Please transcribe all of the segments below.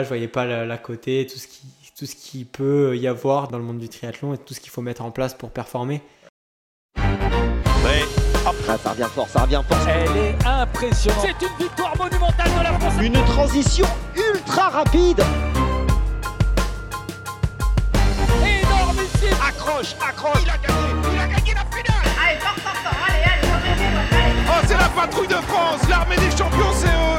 je voyais pas la côté, tout ce qui peut y avoir dans le monde du triathlon et tout ce qu'il faut mettre en place pour performer. Ouais. Ah, ça revient fort, ça revient fort. Elle est impressionnante. C'est une victoire monumentale de la France. Une transition ultra rapide. Énormissime. Accroche. Il a gagné la finale. Allez, fort, allez. Oh, c'est la patrouille de France. L'armée des champions, c'est eux.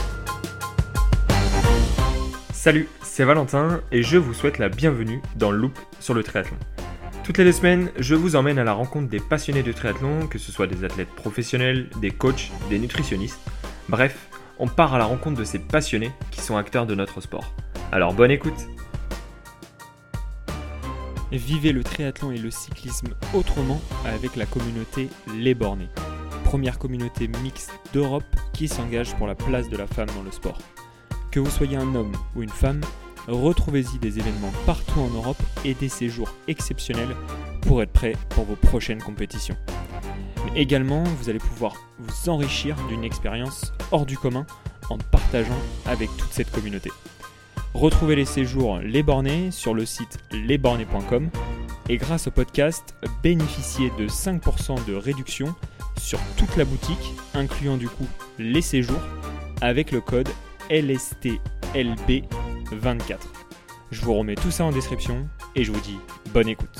Salut, c'est Valentin et je vous souhaite la bienvenue dans le Loop sur le triathlon. Toutes les 2 semaines, je vous emmène à la rencontre des passionnés de triathlon, que ce soit des athlètes professionnels, des coachs, des nutritionnistes. Bref, on part à la rencontre de ces passionnés qui sont acteurs de notre sport. Alors bonne écoute! Vivez le triathlon et le cyclisme autrement avec la communauté Les Bornés. Première communauté mixte d'Europe qui s'engage pour la place de la femme dans le sport. Que vous soyez un homme ou une femme, retrouvez-y des événements partout en Europe et des séjours exceptionnels pour être prêt pour vos prochaines compétitions. Mais également, vous allez pouvoir vous enrichir d'une expérience hors du commun en partageant avec toute cette communauté. Retrouvez les séjours Les Bornés sur le site lesbornés.com et grâce au podcast, bénéficiez de 5% de réduction sur toute la boutique, incluant du coup les séjours, avec le code LSTLB24. Je vous remets tout ça en description et je vous dis bonne écoute.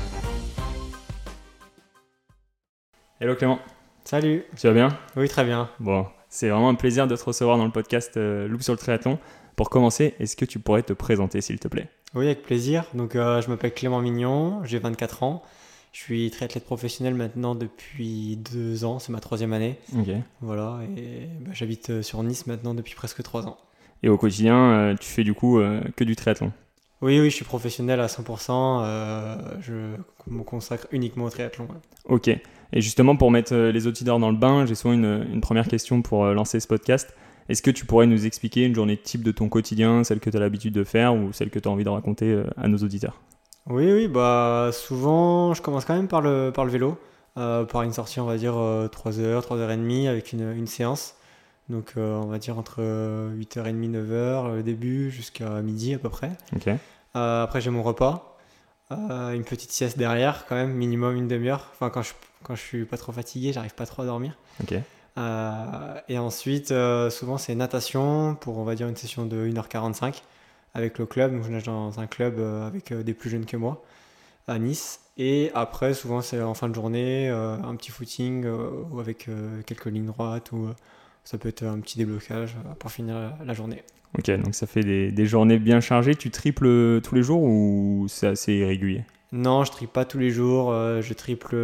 Hello Clément. Salut. Tu vas bien ? Oui, très bien. Bon, c'est vraiment un plaisir de te recevoir dans le podcast Loop sur le triathlon. Pour commencer, est-ce que tu pourrais te présenter s'il te plaît ? Oui, avec plaisir. Donc, je m'appelle Clément Mignon, j'ai 24 ans. Je suis triathlète professionnel maintenant depuis 2 ans, c'est ma 3e année. Ok. Voilà, et j'habite sur Nice maintenant depuis presque 3 ans. Et au quotidien, tu fais du coup que du triathlon ? Oui, je suis professionnel à 100%. Je me consacre uniquement au triathlon. Ouais. Ok. Et justement, pour mettre les auditeurs dans le bain, j'ai souvent une première question pour lancer ce podcast. Est-ce que tu pourrais nous expliquer une journée type de ton quotidien, celle que tu as l'habitude de faire ou celle que tu as envie de raconter à nos auditeurs ? Oui, souvent, je commence quand même par le vélo, par une sortie, on va dire, 3h, 3h30 avec une séance. Donc, on va dire entre 8h30, 9h, le début, jusqu'à midi à peu près. Ok. Après, j'ai mon repas, une petite sieste derrière, quand même, minimum une demi-heure. Enfin, quand je suis pas trop fatigué, j'arrive pas trop à dormir. Ok. Et ensuite, souvent, c'est natation pour, on va dire, une session de 1h45 avec le club. Donc, je nage dans un club avec des plus jeunes que moi à Nice. Et après, souvent, c'est en fin de journée, un petit footing ou avec quelques lignes droites ou ça peut être un petit déblocage pour finir la journée. Ok, donc ça fait des journées bien chargées. Tu triples tous les jours ou c'est assez irrégulier ? Non, je triple pas tous les jours. Je triple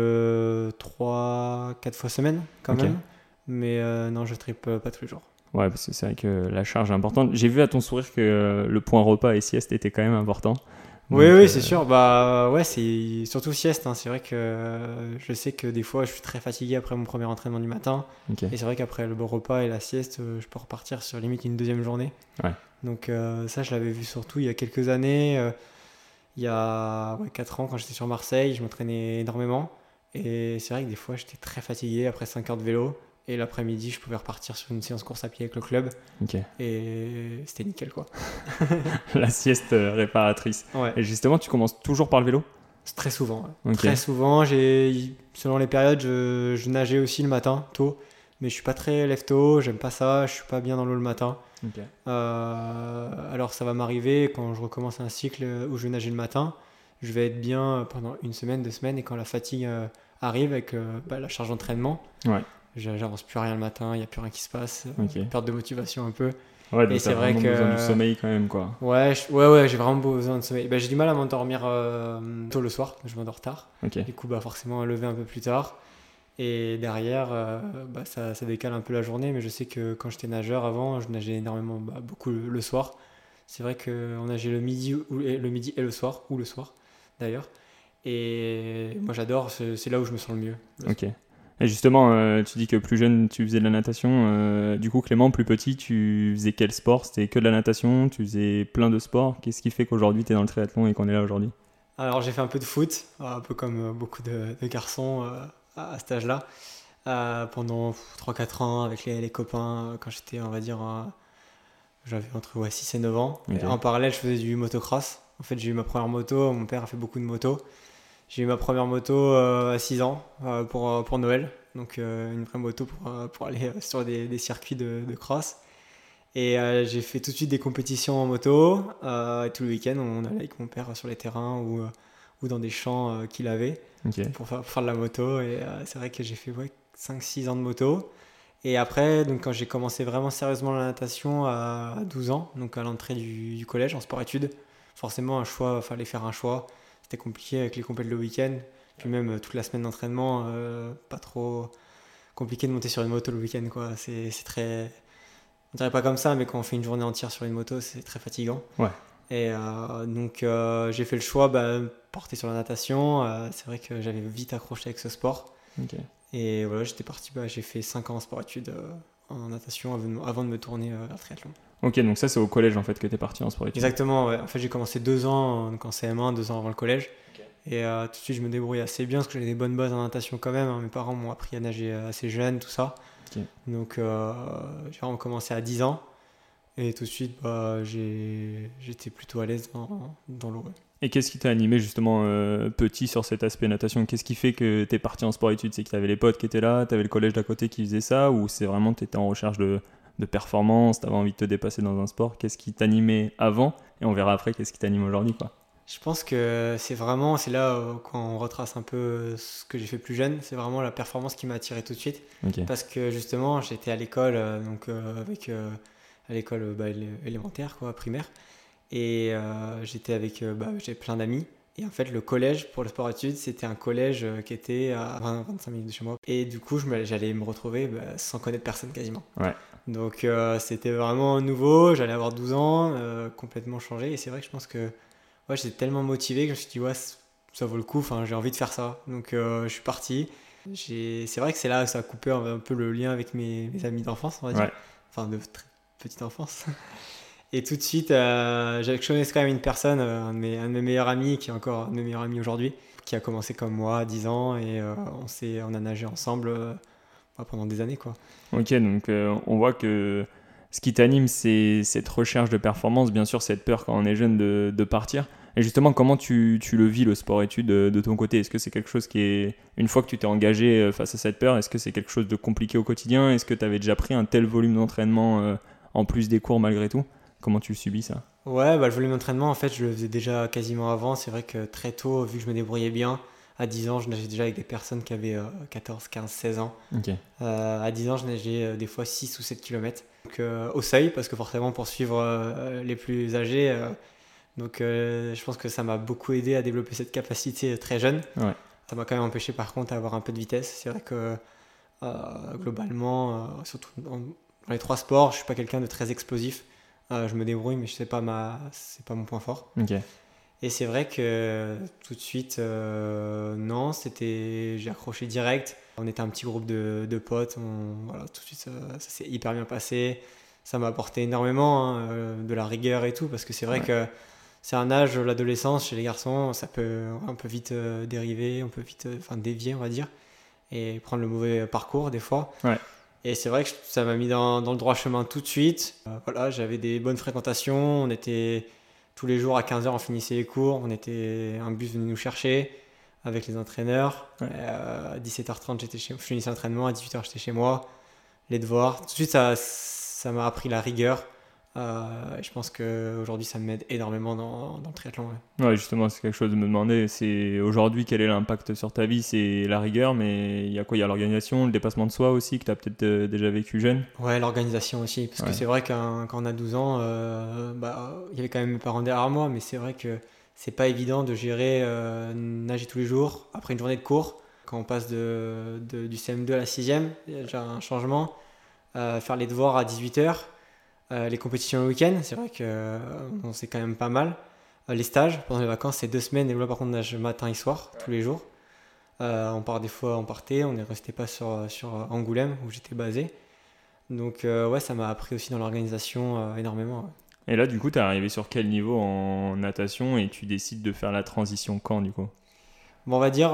3-4 fois semaine quand même. Mais non, je triple pas tous les jours. Ouais, parce que c'est vrai que la charge est importante. J'ai vu à ton sourire que le point repas et sieste était quand même important. Donc, oui, c'est sûr. Ouais, c'est surtout sieste. Hein. C'est vrai que je sais que des fois, je suis très fatigué après mon premier entraînement du matin. Okay. Et c'est vrai qu'après le bon repas et la sieste, je peux repartir sur limite une 2e journée. Ouais. Donc ça, je l'avais vu surtout il y a quelques années. Il y a 4 ans, quand j'étais sur Marseille, je m'entraînais énormément. Et c'est vrai que des fois, j'étais très fatigué après 5 heures de vélo. Et l'après-midi, je pouvais repartir sur une séance course à pied avec le club. Okay. Et c'était nickel, quoi. La sieste réparatrice. Ouais. Et justement, tu commences toujours par le vélo ? Très souvent. Ouais. Okay. Très souvent. Selon les périodes, je nageais aussi le matin, tôt. Mais je suis pas très lève-tôt, j'aime pas ça. Je suis pas bien dans l'eau le matin. Okay. Alors ça va m'arriver quand je recommence un cycle où je vais nager le matin. Je vais être bien pendant 1 semaine, 2 semaines. Et quand la fatigue arrive avec la charge d'entraînement... Ouais. J'avance plus rien le matin, il n'y a plus rien qui se passe, perte de motivation un peu. Ouais, donc et c'est vrai que besoin du sommeil quand même, quoi. Ouais, j'ai vraiment besoin de sommeil. J'ai du mal à m'endormir tôt le soir, je m'endors tard. Okay. Du coup, forcément, lever un peu plus tard. Et derrière, ça décale un peu la journée, mais je sais que quand j'étais nageur avant, je nageais énormément, beaucoup le soir. C'est vrai qu'on nageait le midi et le soir, ou le soir d'ailleurs. Et moi, j'adore, c'est là où je me sens le mieux. Ok. Et justement, tu dis que plus jeune, tu faisais de la natation. Du coup, Clément, plus petit, tu faisais quel sport ? C'était que de la natation ? Tu faisais plein de sports ? Qu'est-ce qui fait qu'aujourd'hui, tu es dans le triathlon et qu'on est là aujourd'hui ? Alors, j'ai fait un peu de foot, un peu comme beaucoup de garçons à cet âge-là, pendant 3-4 ans avec les copains, quand j'étais, on va dire, j'avais entre 6 et 9 ans. Ok. Et en parallèle, je faisais du motocross. En fait, j'ai eu ma première moto. Mon père a fait beaucoup de motos. J'ai eu ma première moto à 6 ans pour Noël. Donc, une vraie moto pour aller sur des circuits de cross. Et j'ai fait tout de suite des compétitions en moto. Et tout le week-end, on allait avec mon père sur les terrains ou dans des champs qu'il avait Ok. pour faire de la moto. Et c'est vrai que j'ai fait 5-6 ans de moto. Et après, donc, quand j'ai commencé vraiment sérieusement la natation à 12 ans, donc à l'entrée du collège en sport-études, forcément, fallait faire un choix. C'était compliqué avec les compètes le week-end. Puis même toute la semaine d'entraînement, pas trop compliqué de monter sur une moto le week-end, quoi. C'est très... On dirait pas comme ça, mais quand on fait une journée entière sur une moto, c'est très fatigant. Ouais. Et donc, j'ai fait le choix de porter sur la natation. C'est vrai que j'avais vite accroché avec ce sport. Ok. Et voilà, j'étais parti, j'ai fait 5 ans en sport-études en natation avant de me tourner vers le triathlon. Ok, donc ça c'est au collège en fait que t'es parti en sport-études. Exactement, ouais. En fait, j'ai commencé 2 ans donc en CM1, 2 ans avant le collège. Et tout de suite, je me débrouillais assez bien parce que j'avais des bonnes bases en natation quand même. Mes parents m'ont appris à nager assez jeune, tout ça. Ok. Donc, j'ai vraiment commencé à 10 ans. Et tout de suite, j'étais plutôt à l'aise dans l'eau. Ouais. Et qu'est-ce qui t'a animé justement petit sur cet aspect natation? Qu'est-ce qui fait que t'es parti en sport-études? C'est que t'avais les potes qui étaient là, t'avais le collège d'à côté qui faisait ça, ou c'est vraiment t'étais en recherche de performance, t'avais envie de te dépasser dans un sport? Qu'est-ce qui t'animait avant? Et on verra après qu'est-ce qui t'anime aujourd'hui, quoi. Je pense que c'est là quand on retrace un peu ce que j'ai fait plus jeune, c'est vraiment la performance qui m'a attiré tout de suite. Ok. Parce que justement, j'étais à l'école, à l'école élémentaire, quoi, primaire. Et j'étais avec j'ai plein d'amis. Et en fait, le collège pour le sport-études, c'était un collège qui était à 20-25 minutes de chez moi. Et du coup, j'allais me retrouver sans connaître personne quasiment. Ouais. Donc, c'était vraiment nouveau. J'allais avoir 12 ans, complètement changé. Et c'est vrai que je pense que j'étais tellement motivé que je me suis dit, ça vaut le coup. Enfin, j'ai envie de faire ça. Donc, je suis parti. C'est vrai que c'est là que ça a coupé un peu le lien avec mes amis d'enfance, on va dire. Ouais. Enfin, de très petite enfance. Et tout de suite, je connaissais quand même une personne, un de mes meilleurs amis, qui est encore un de mes meilleurs amis aujourd'hui, qui a commencé comme moi à 10 ans et on a nagé ensemble pendant des années, quoi. Ok, donc on voit que ce qui t'anime, c'est cette recherche de performance, bien sûr, cette peur quand on est jeune de partir. Et justement, comment tu le vis, le sport-études, de ton côté? Est-ce que c'est quelque chose qui est, une fois que tu t'es engagé face à cette peur, est-ce que c'est quelque chose de compliqué au quotidien? Est-ce que tu avais déjà pris un tel volume d'entraînement en plus des cours malgré tout? Comment tu le subis, ça? Ouais, le volume d'entraînement, en fait, je le faisais déjà quasiment avant. C'est vrai que très tôt, vu que je me débrouillais bien, à 10 ans, je nageais déjà avec des personnes qui avaient 14, 15, 16 ans. Ok. À 10 ans, je nageais des fois 6 ou 7 km. Donc, au seuil, parce que forcément, pour suivre les plus âgés, je pense que ça m'a beaucoup aidé à développer cette capacité très jeune. Ouais. Ça m'a quand même empêché, par contre, d'avoir un peu de vitesse. C'est vrai que globalement, surtout dans les 3 sports, je suis pas quelqu'un de très explosif. Je me débrouille, mais c'est pas mon point fort. Ok. Et c'est vrai que tout de suite, non, j'ai accroché direct. On était un petit groupe de potes. Tout de suite, ça s'est hyper bien passé. Ça m'a apporté énormément de la rigueur et tout, parce que c'est vrai que c'est un âge, l'adolescence, chez les garçons, ça peut un peu vite dériver, on peut vite dévier, on va dire, et prendre le mauvais parcours des fois. Ouais. Et c'est vrai que ça m'a mis dans le droit chemin tout de suite. J'avais des bonnes fréquentations. On était tous les jours à 15h, on finissait les cours. Un bus venait nous chercher avec les entraîneurs. Ouais. À 17h30, je finissais l'entraînement. À 18h, j'étais chez moi. Les devoirs. Tout de suite, ça m'a appris la rigueur. Et je pense qu'aujourd'hui, ça m'aide énormément dans le triathlon. Ouais, justement, c'est quelque chose de me demander. C'est aujourd'hui, quel est l'impact sur ta vie? C'est la rigueur, mais il y a quoi? Il y a l'organisation, le dépassement de soi aussi, que tu as peut-être déjà vécu jeune. Ouais, l'organisation aussi. Parce que c'est vrai quand on a 12 ans, il y avait quand même mes parents derrière moi, mais c'est vrai que c'est pas évident de gérer nager tous les jours après une journée de cours. Quand on passe du CM2 à la 6e, il y a déjà un changement. Faire les devoirs à 18h. Les compétitions le week-end, c'est vrai que c'est quand même pas mal. Les stages, pendant les vacances, c'est 2 semaines. Et là, par contre, on nage matin et soir, tous les jours. On partait, on ne restait pas sur Angoulême, où j'étais basé. Donc, ça m'a appris aussi dans l'organisation énormément. Ouais. Et là, du coup, tu es arrivé sur quel niveau en natation et tu décides de faire la transition quand, du coup? Bon, on va dire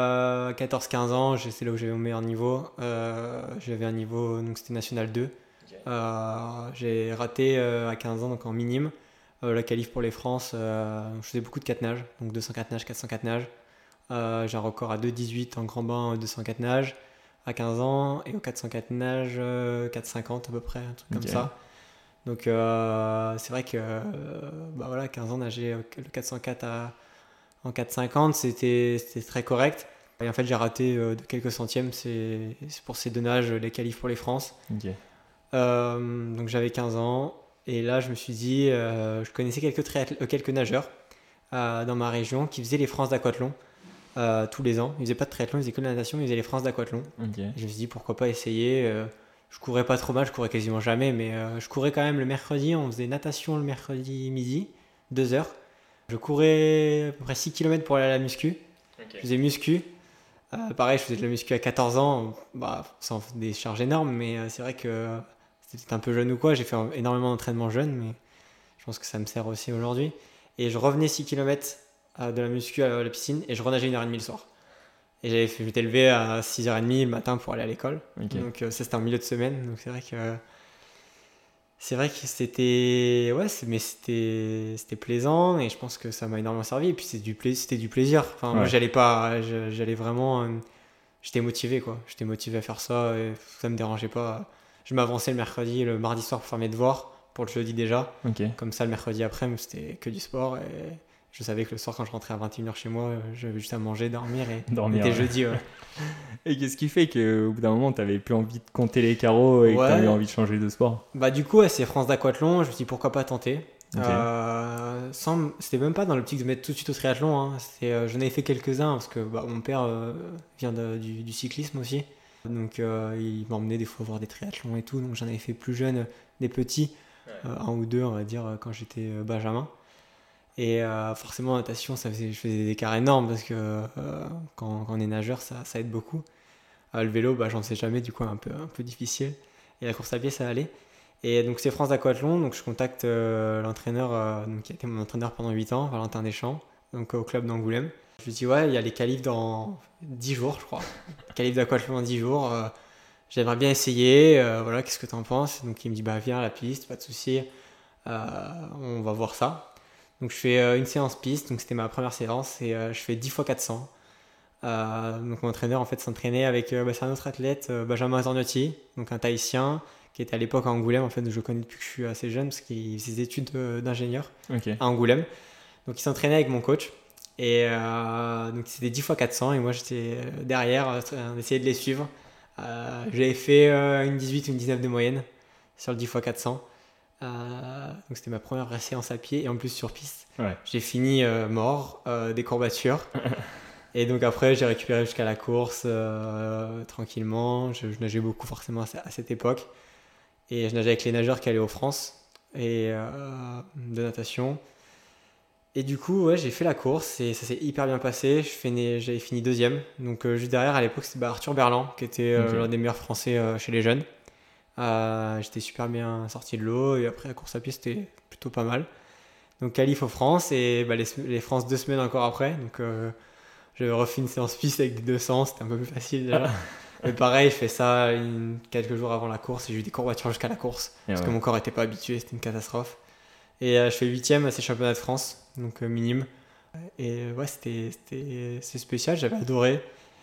14-15 ans, c'est là où j'avais mon meilleur niveau. J'avais un niveau, donc c'était National 2. Okay. J'ai raté à 15 ans, donc en minime, la qualif pour les France. Je faisais beaucoup de 4 nages, donc 204 nages, 404 nages. J'ai un record à 2,18 en grand bain, 204 nages à 15 ans, et au 404 nages, 4,50 à peu près, un truc comme ça. Donc c'est vrai que 15 ans nager le 404 en 4,50, c'était très correct. Et en fait j'ai raté de quelques centièmes, c'est pour ces 2 nages les qualifs pour les France. Donc j'avais 15 ans, et là je me suis dit, je connaissais quelques nageurs dans ma région qui faisaient les France d'aquathlon tous les ans. Ils faisaient pas de triathlon, ils faisaient que de la natation, ils faisaient les France d'aquathlon. Et je me suis dit pourquoi pas essayer. Je courais pas trop mal, je courais quasiment jamais, mais je courais quand même le mercredi. On faisait natation le mercredi midi, 2 heures. Je courais à peu près 6 km pour aller à la muscu. Je faisais muscu. Pareil, je faisais de la muscu à 14 ans, sans des charges énormes, mais c'est vrai que c'était un peu jeune ou quoi. J'ai fait énormément d'entraînement jeune, mais je pense que ça me sert aussi aujourd'hui. Et je revenais 6 km de la muscu à la piscine, et je renageais 1h30 le soir. Et je m'étais levé à 6h30 le matin pour aller à l'école. Donc ça, c'était en milieu de semaine. Donc c'est vrai que c'était c'était plaisant, et je pense que ça m'a énormément servi. Et puis c'était du plaisir. Enfin, moi j'allais vraiment, j'étais motivé quoi. J'étais motivé à faire ça, et ça me dérangeait pas. Je m'avançais le mardi soir pour faire mes devoirs pour le jeudi déjà. Comme ça le mercredi après, c'était que du sport, et je savais que le soir, quand je rentrais à 21h chez moi, j'avais juste à manger, dormir, et c'était jeudi. Et qu'est-ce qui fait qu'au bout d'un moment, tu n'avais plus envie de compter les carreaux et que tu avais envie de changer de sport? Du coup, c'est France d'aquathlon. Je me suis dit pourquoi pas tenter. C'était même pas dans l'optique de mettre tout de suite au triathlon. Hein. J'en avais fait quelques-uns parce que mon père vient du cyclisme aussi. Donc il m'emmenait des fois voir des triathlons et tout. Donc j'en avais fait plus jeune, des petits, 1 ou 2 on va dire, quand j'étais benjamin. Et forcément, en natation, je faisais des écarts énormes parce que quand on est nageur, ça aide beaucoup. Le vélo, j'en sais jamais, du coup, un peu difficile. Et la course à pied, ça allait. Et donc, c'est France d'aquathlon. Donc, je contacte l'entraîneur qui a été mon entraîneur pendant 8 ans, Valentin Deschamps, donc au club d'Angoulême. Je lui dis, il y a les qualifs dans 10 jours, je crois. Qualifs d'aquathlon en 10 jours. J'aimerais bien essayer. Qu'est-ce que tu en penses? Donc, il me dit, viens à la piste, pas de souci. On va voir ça. Donc je fais une séance piste, donc c'était ma première séance, et je fais 10 x 400. Donc mon entraîneur en fait s'entraînait avec c'est un autre athlète, Benjamin Zornotti, donc un Tahitien qui était à l'époque à Angoulême. En fait, je le connais depuis que je suis assez jeune parce qu'il faisait des études d'ingénieur à Angoulême. Donc il s'entraînait avec mon coach, et donc c'était 10 x 400, et moi j'étais derrière, on essayait de les suivre. J'avais fait une 18 ou une 19 de moyenne sur le 10 x 400. Donc c'était ma première vraie séance à pied, et en plus sur piste. J'ai fini mort, des courbatures. Et donc après j'ai récupéré jusqu'à la course tranquillement. Je nageais beaucoup forcément à cette époque, et je nageais avec les nageurs qui allaient aux France et de natation. Et du coup j'ai fait la course, et ça s'est hyper bien passé. J'avais fini 2e. Donc juste derrière, à l'époque, c'était Arthur Berland qui était l'un des meilleurs français chez les jeunes. J'étais super bien sorti de l'eau, et après la course à pied c'était plutôt pas mal. Donc qualif aux France, et les France 2 semaines encore après. Donc j'avais refait une séance piste avec des 200, c'était un peu plus facile déjà. Mais pareil, je fais ça quelques jours avant la course, et j'ai eu des courbatures jusqu'à la course parce que mon corps n'était pas habitué, c'était une catastrophe. Et je fais 8e à ces championnats de France, donc minime. Et c'est spécial, j'avais adoré.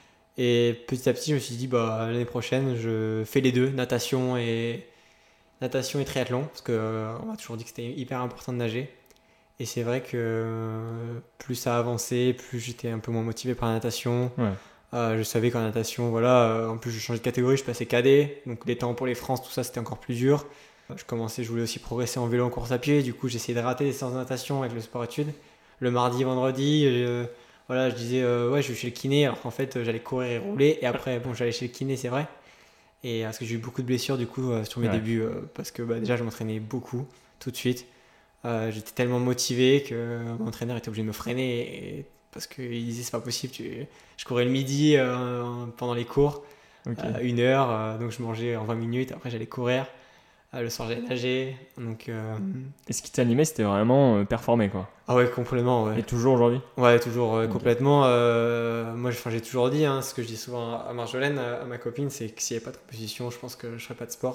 Et petit à petit, je me suis dit, l'année prochaine, je fais les deux, natation et triathlon, parce qu'on m'a toujours dit que c'était hyper important de nager. Et c'est vrai que plus ça avançait, plus j'étais un peu moins motivé par la natation. Je savais qu'en natation, en plus je changeais de catégorie, je passais cadet, donc les temps pour les France, tout ça, c'était encore plus dur. Je voulais aussi progresser en vélo, en course à pied, du coup j'essayais de rater les séances de natation avec le sport-études. Le mardi, vendredi, je disais je vais chez le kiné, alors qu'en fait j'allais courir et rouler, et après j'allais chez le kiné, c'est vrai, et parce que j'ai eu beaucoup de blessures du coup sur mes débuts, parce que déjà je m'entraînais beaucoup tout de suite. J'étais tellement motivé que mon entraîneur était obligé de me freiner, parce qu'il disait c'est pas possible, je courais le midi pendant les cours, 1 heure, donc je mangeais en 20 minutes, après j'allais courir. Le soir j'allais nager, donc Et ce qui t'animait, c'était vraiment performer quoi. Ah ouais, complètement, ouais. Et toujours aujourd'hui? Ouais, toujours, complètement. Moi j'ai toujours dit, ce que je dis souvent à Marjolaine, à ma copine, c'est que s'il n'y avait pas de compétition, je pense que je ferais pas de sport.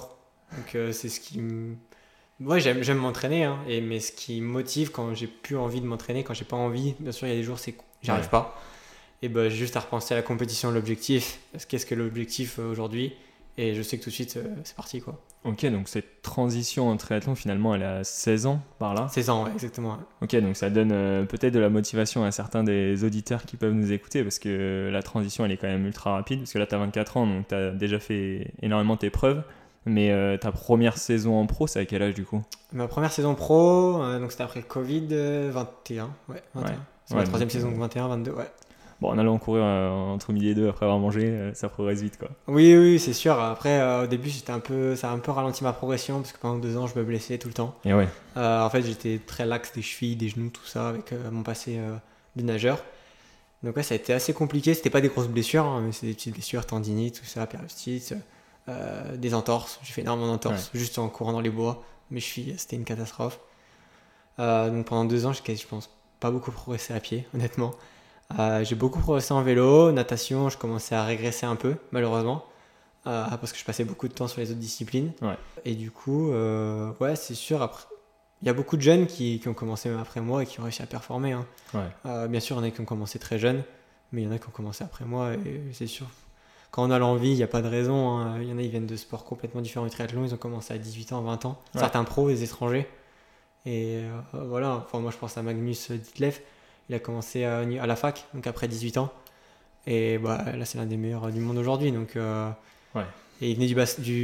Donc c'est ce qui me... Ouais, j'aime m'entraîner, hein, mais ce qui me motive quand j'ai plus envie de m'entraîner, quand j'ai pas envie, bien sûr il y a des jours c'est que j'y arrive pas. Et bah j'ai juste à repenser à la compétition, l'objectif. Qu'est-ce que l'objectif aujourd'hui? Et je sais que tout de suite c'est parti quoi. Ok, donc cette transition en triathlon, finalement, elle a 16 ans par là. 16 ans, ouais, exactement. Ouais. Ok, donc ça donne peut-être de la motivation à certains des auditeurs qui peuvent nous écouter, parce que la transition, elle est quand même ultra rapide, parce que là, tu as 24 ans, donc tu as déjà fait énormément tes preuves. Mais ta première saison en pro, c'est à quel âge du coup? Ma première saison pro, donc c'était après le Covid, 21. Ouais, 21. Ouais. C'est ma troisième saison, 21, 22, ouais. Bon, en allant courir entre midi et deux après avoir mangé, ça progresse vite quoi. Oui, c'est sûr. Après, au début, ça a un peu ralenti ma progression parce que pendant 2 ans, je me blessais tout le temps. Et ouais. En fait, j'étais très lax des chevilles, des genoux, tout ça, avec mon passé de nageur. Donc ouais, ça a été assez compliqué. C'était pas des grosses blessures, hein, mais c'est des petites blessures, tendinite, tout ça, périostite, des entorses. J'ai fait énormément d'entorses juste en courant dans les bois. Mes chevilles, c'était une catastrophe. Donc pendant 2 ans, je pense pas beaucoup progressé à pied, honnêtement. J'ai beaucoup progressé en vélo, natation, je commençais à régresser un peu, malheureusement, parce que je passais beaucoup de temps sur les autres disciplines. Ouais. Et du coup, ouais, c'est sûr, après, il y a beaucoup de jeunes qui ont commencé même après moi et qui ont réussi à performer. Hein. Ouais. Bien sûr, il y en a qui ont commencé très jeunes, mais il y en a qui ont commencé après moi, et c'est sûr. Quand on a l'envie, il n'y a pas de raison. Hein. Il y en a, ils viennent de sports complètement différents du triathlon, ils ont commencé à 18 ans, 20 ans. Ouais. Certains pros, les étrangers. Et voilà, enfin, moi je pense à Magnus Ditlev. Il a commencé à la fac, donc après 18 ans. Et bah, là, c'est l'un des meilleurs du monde aujourd'hui. Donc, ouais. Et il venait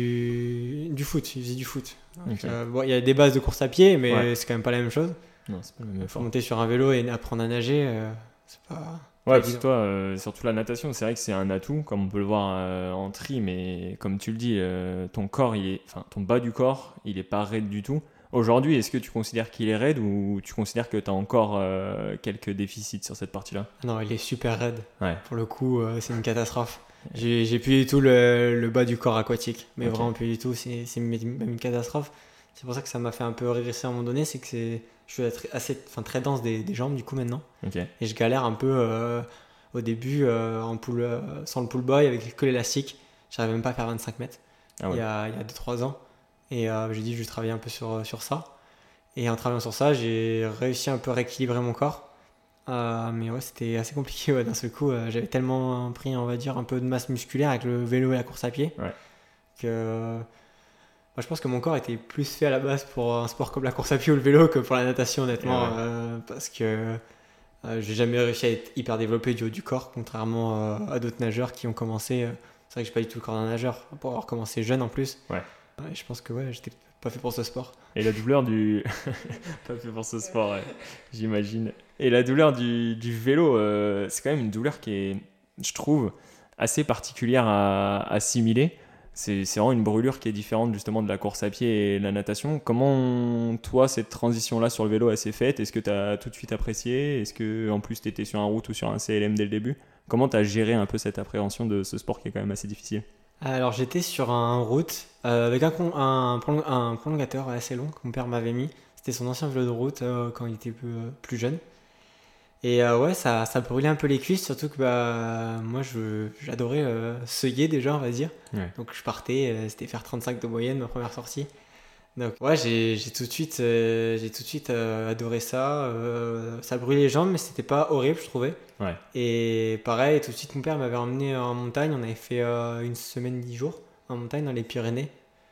du foot, il faisait du foot. Donc, bon, il y a des bases de course à pied, mais c'est quand même pas la même chose. Non, c'est pas le même effort. Monter sur un vélo et apprendre à nager, c'est pas... Ouais, parce que toi, surtout la natation, c'est vrai que c'est un atout, comme on peut le voir en tri, mais comme tu le dis, ton bas du corps, il est pas raide du tout. Aujourd'hui, est-ce que tu considères qu'il est raide ou tu considères que tu as encore quelques déficits sur cette partie-là? Non, il est super raide. Ouais. Pour le coup, c'est une catastrophe. J'ai plus du tout le bas du corps aquatique, mais vraiment plus du tout. C'est même une catastrophe. C'est pour ça que ça m'a fait un peu régresser à un moment donné. C'est que je suis très dense des jambes du coup maintenant. Okay. Et je galère un peu au début sans le pull boy avec que l'élastique. J'arrivais même pas à faire 25 mètres il y a 2-3 ans. Et j'ai dit je vais travailler un peu sur ça. Et en travaillant sur ça, j'ai réussi un peu à rééquilibrer mon corps. Mais ouais, c'était assez compliqué d'un seul coup. J'avais tellement pris, on va dire, un peu de masse musculaire avec le vélo et la course à pied que moi, je pense que mon corps était plus fait à la base pour un sport comme la course à pied ou le vélo que pour la natation, honnêtement. Parce que j'ai jamais réussi à être hyper développé du haut du corps, contrairement à d'autres nageurs qui ont commencé. C'est vrai que j'ai pas du tout le corps d'un nageur, pour avoir commencé jeune en plus. Ouais, je pense que j'étais pas fait pour ce sport. Et la douleur du... pas fait pour ce sport, j'imagine. Et la douleur du vélo, c'est quand même une douleur qui est, je trouve, assez particulière à assimiler. C'est vraiment une brûlure qui est différente justement de la course à pied et la natation. Comment, toi, cette transition-là sur le vélo, elle s'est faite? Est-ce que tu as tout de suite apprécié? Est-ce que en plus tu étais sur un route ou sur un CLM dès le début? Comment tu as géré un peu cette appréhension de ce sport qui est quand même assez difficile? Alors j'étais sur un route avec un prolongateur assez long que mon père m'avait mis. C'était son ancien vélo de route quand il était plus jeune. Et ouais, ça brûlait un peu les cuisses, surtout que moi j'adorais seuiller déjà, on va dire. Ouais. Donc je partais, c'était faire 35 de moyenne ma première sortie. Donc ouais, j'ai tout de suite adoré ça. Ça brûlait les jambes, mais c'était pas horrible, je trouvais. Ouais. Et pareil, tout de suite mon père m'avait emmené en montagne. On avait fait 1 semaine 10 jours en montagne dans les Pyrénées.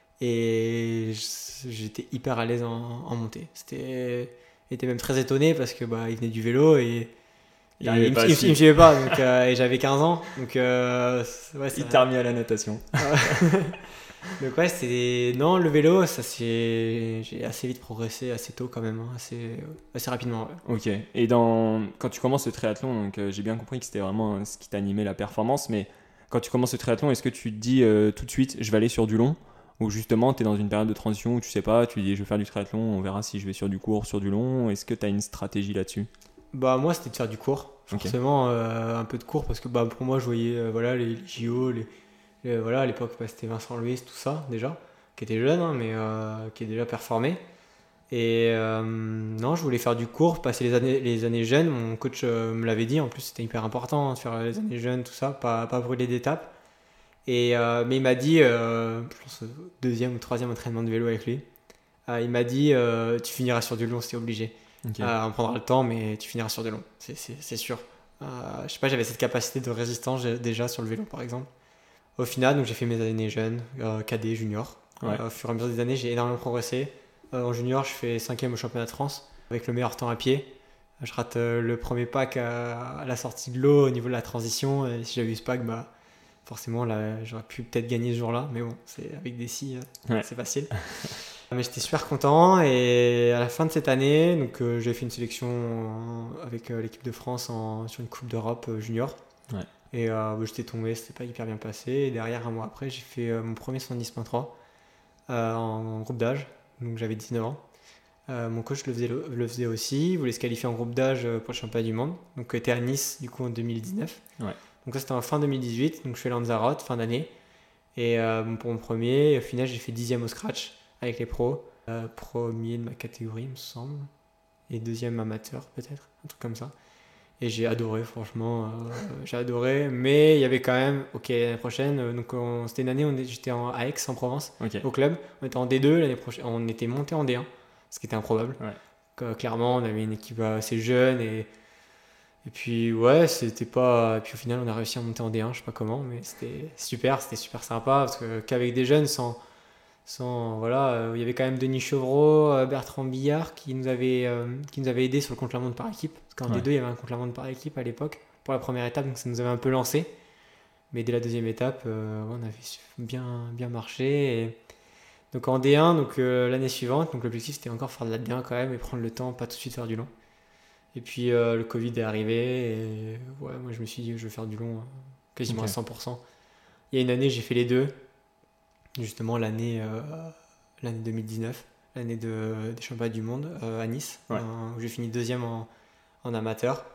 Et j'étais hyper à l'aise en montée. J'étais même très étonné parce que il venait du vélo et il me suivait pas. Donc, et j'avais 15 ans. Donc, il t'a remis à la natation. Donc ouais, non, le vélo, j'ai assez vite progressé, assez tôt quand même, assez rapidement. Ouais. Ok. Et quand tu commences le triathlon, donc j'ai bien compris que c'était vraiment ce qui t'animait, la performance, mais quand tu commences le triathlon, est-ce que tu te dis tout de suite, je vais aller sur du long, ou justement tu es dans une période de transition où tu sais pas, tu dis je vais faire du triathlon, on verra si je vais sur du court, sur du long? Est-ce que tu as une stratégie là-dessus? Moi c'était de faire du court, forcément un peu de court, parce que pour moi je voyais les JO, à l'époque c'était Vincent Louis, tout ça déjà, qui était jeune mais qui est déjà performé. Et non, je voulais faire du court, passer les années jeunes. Mon coach me l'avait dit, en plus c'était hyper important de faire les années jeunes, tout ça, pas brûler d'étapes. Mais il m'a dit, je pense au 2e ou 3e entraînement de vélo avec lui, il m'a dit tu finiras sur du long, c'est obligé. Ok. On prendra le temps, mais tu finiras sur du long, c'est sûr. Je sais pas, j'avais cette capacité de résistance déjà sur le vélo par exemple. Au final, donc j'ai fait mes années jeunes, cadet, junior. Ouais. Au fur et à mesure des années, j'ai énormément progressé. En junior, je fais 5e au championnat de France avec le meilleur temps à pied. Je rate le premier pack à la sortie de l'eau au niveau de la transition. Et si j'avais eu ce pack, bah, forcément, là, j'aurais pu peut-être gagner ce jour-là. Mais bon, c'est, avec des scies, Ouais. c'est facile. Mais j'étais super content. Et à la fin de cette année, donc, j'ai fait une sélection avec l'équipe de France sur une Coupe d'Europe junior. Ouais. Et j'étais tombé, c'était pas hyper bien passé. Et derrière, un mois après, j'ai fait mon premier 70.3 en groupe d'âge. Donc j'avais 19 ans. Mon coach le faisait aussi. Il voulait se qualifier en groupe d'âge pour le championnat du monde. Donc était à Nice du coup en 2019. Ouais. Donc ça c'était en fin 2018. Donc je fais Lanzarote, fin d'année. Et pour mon premier, au final j'ai fait 10e au scratch avec les pros. Premier de ma catégorie il me semble. Et 2e amateur peut-être. Un truc comme ça. Et j'ai adoré, franchement, j'ai adoré. Mais il y avait quand même, ok, l'année prochaine, donc c'était une année, j'étais à Aix en Provence, Ok. au club. On était en D2, l'année prochaine, on était monté en D1, ce qui était improbable. Ouais. Clairement, on avait une équipe assez jeune et puis ouais, c'était pas. Et puis au final, on a réussi à monter en D1, je sais pas comment, mais c'était super sympa parce qu'avec des jeunes voilà, il y avait quand même Denis Chevreau, Bertrand Billard qui nous avait aidé sur le contre-la-montre par équipe. Parce qu'en Ouais. D2, il y avait un contre-la-montre par équipe à l'époque pour la première étape, donc ça nous avait un peu lancé. Mais dès la deuxième étape, on avait bien marché. Et donc en D1, donc, l'année suivante, donc l'objectif c'était encore faire de la D1 quand même et prendre le temps, pas tout de suite faire du long. Et puis le Covid est arrivé et ouais, moi je me suis dit je vais faire du long quasiment Ok. à 100%. Il y a une année, j'ai fait les deux. Justement l'année 2019, l'année des championnats du monde à Nice, Ouais. où j'ai fini 2e en amateur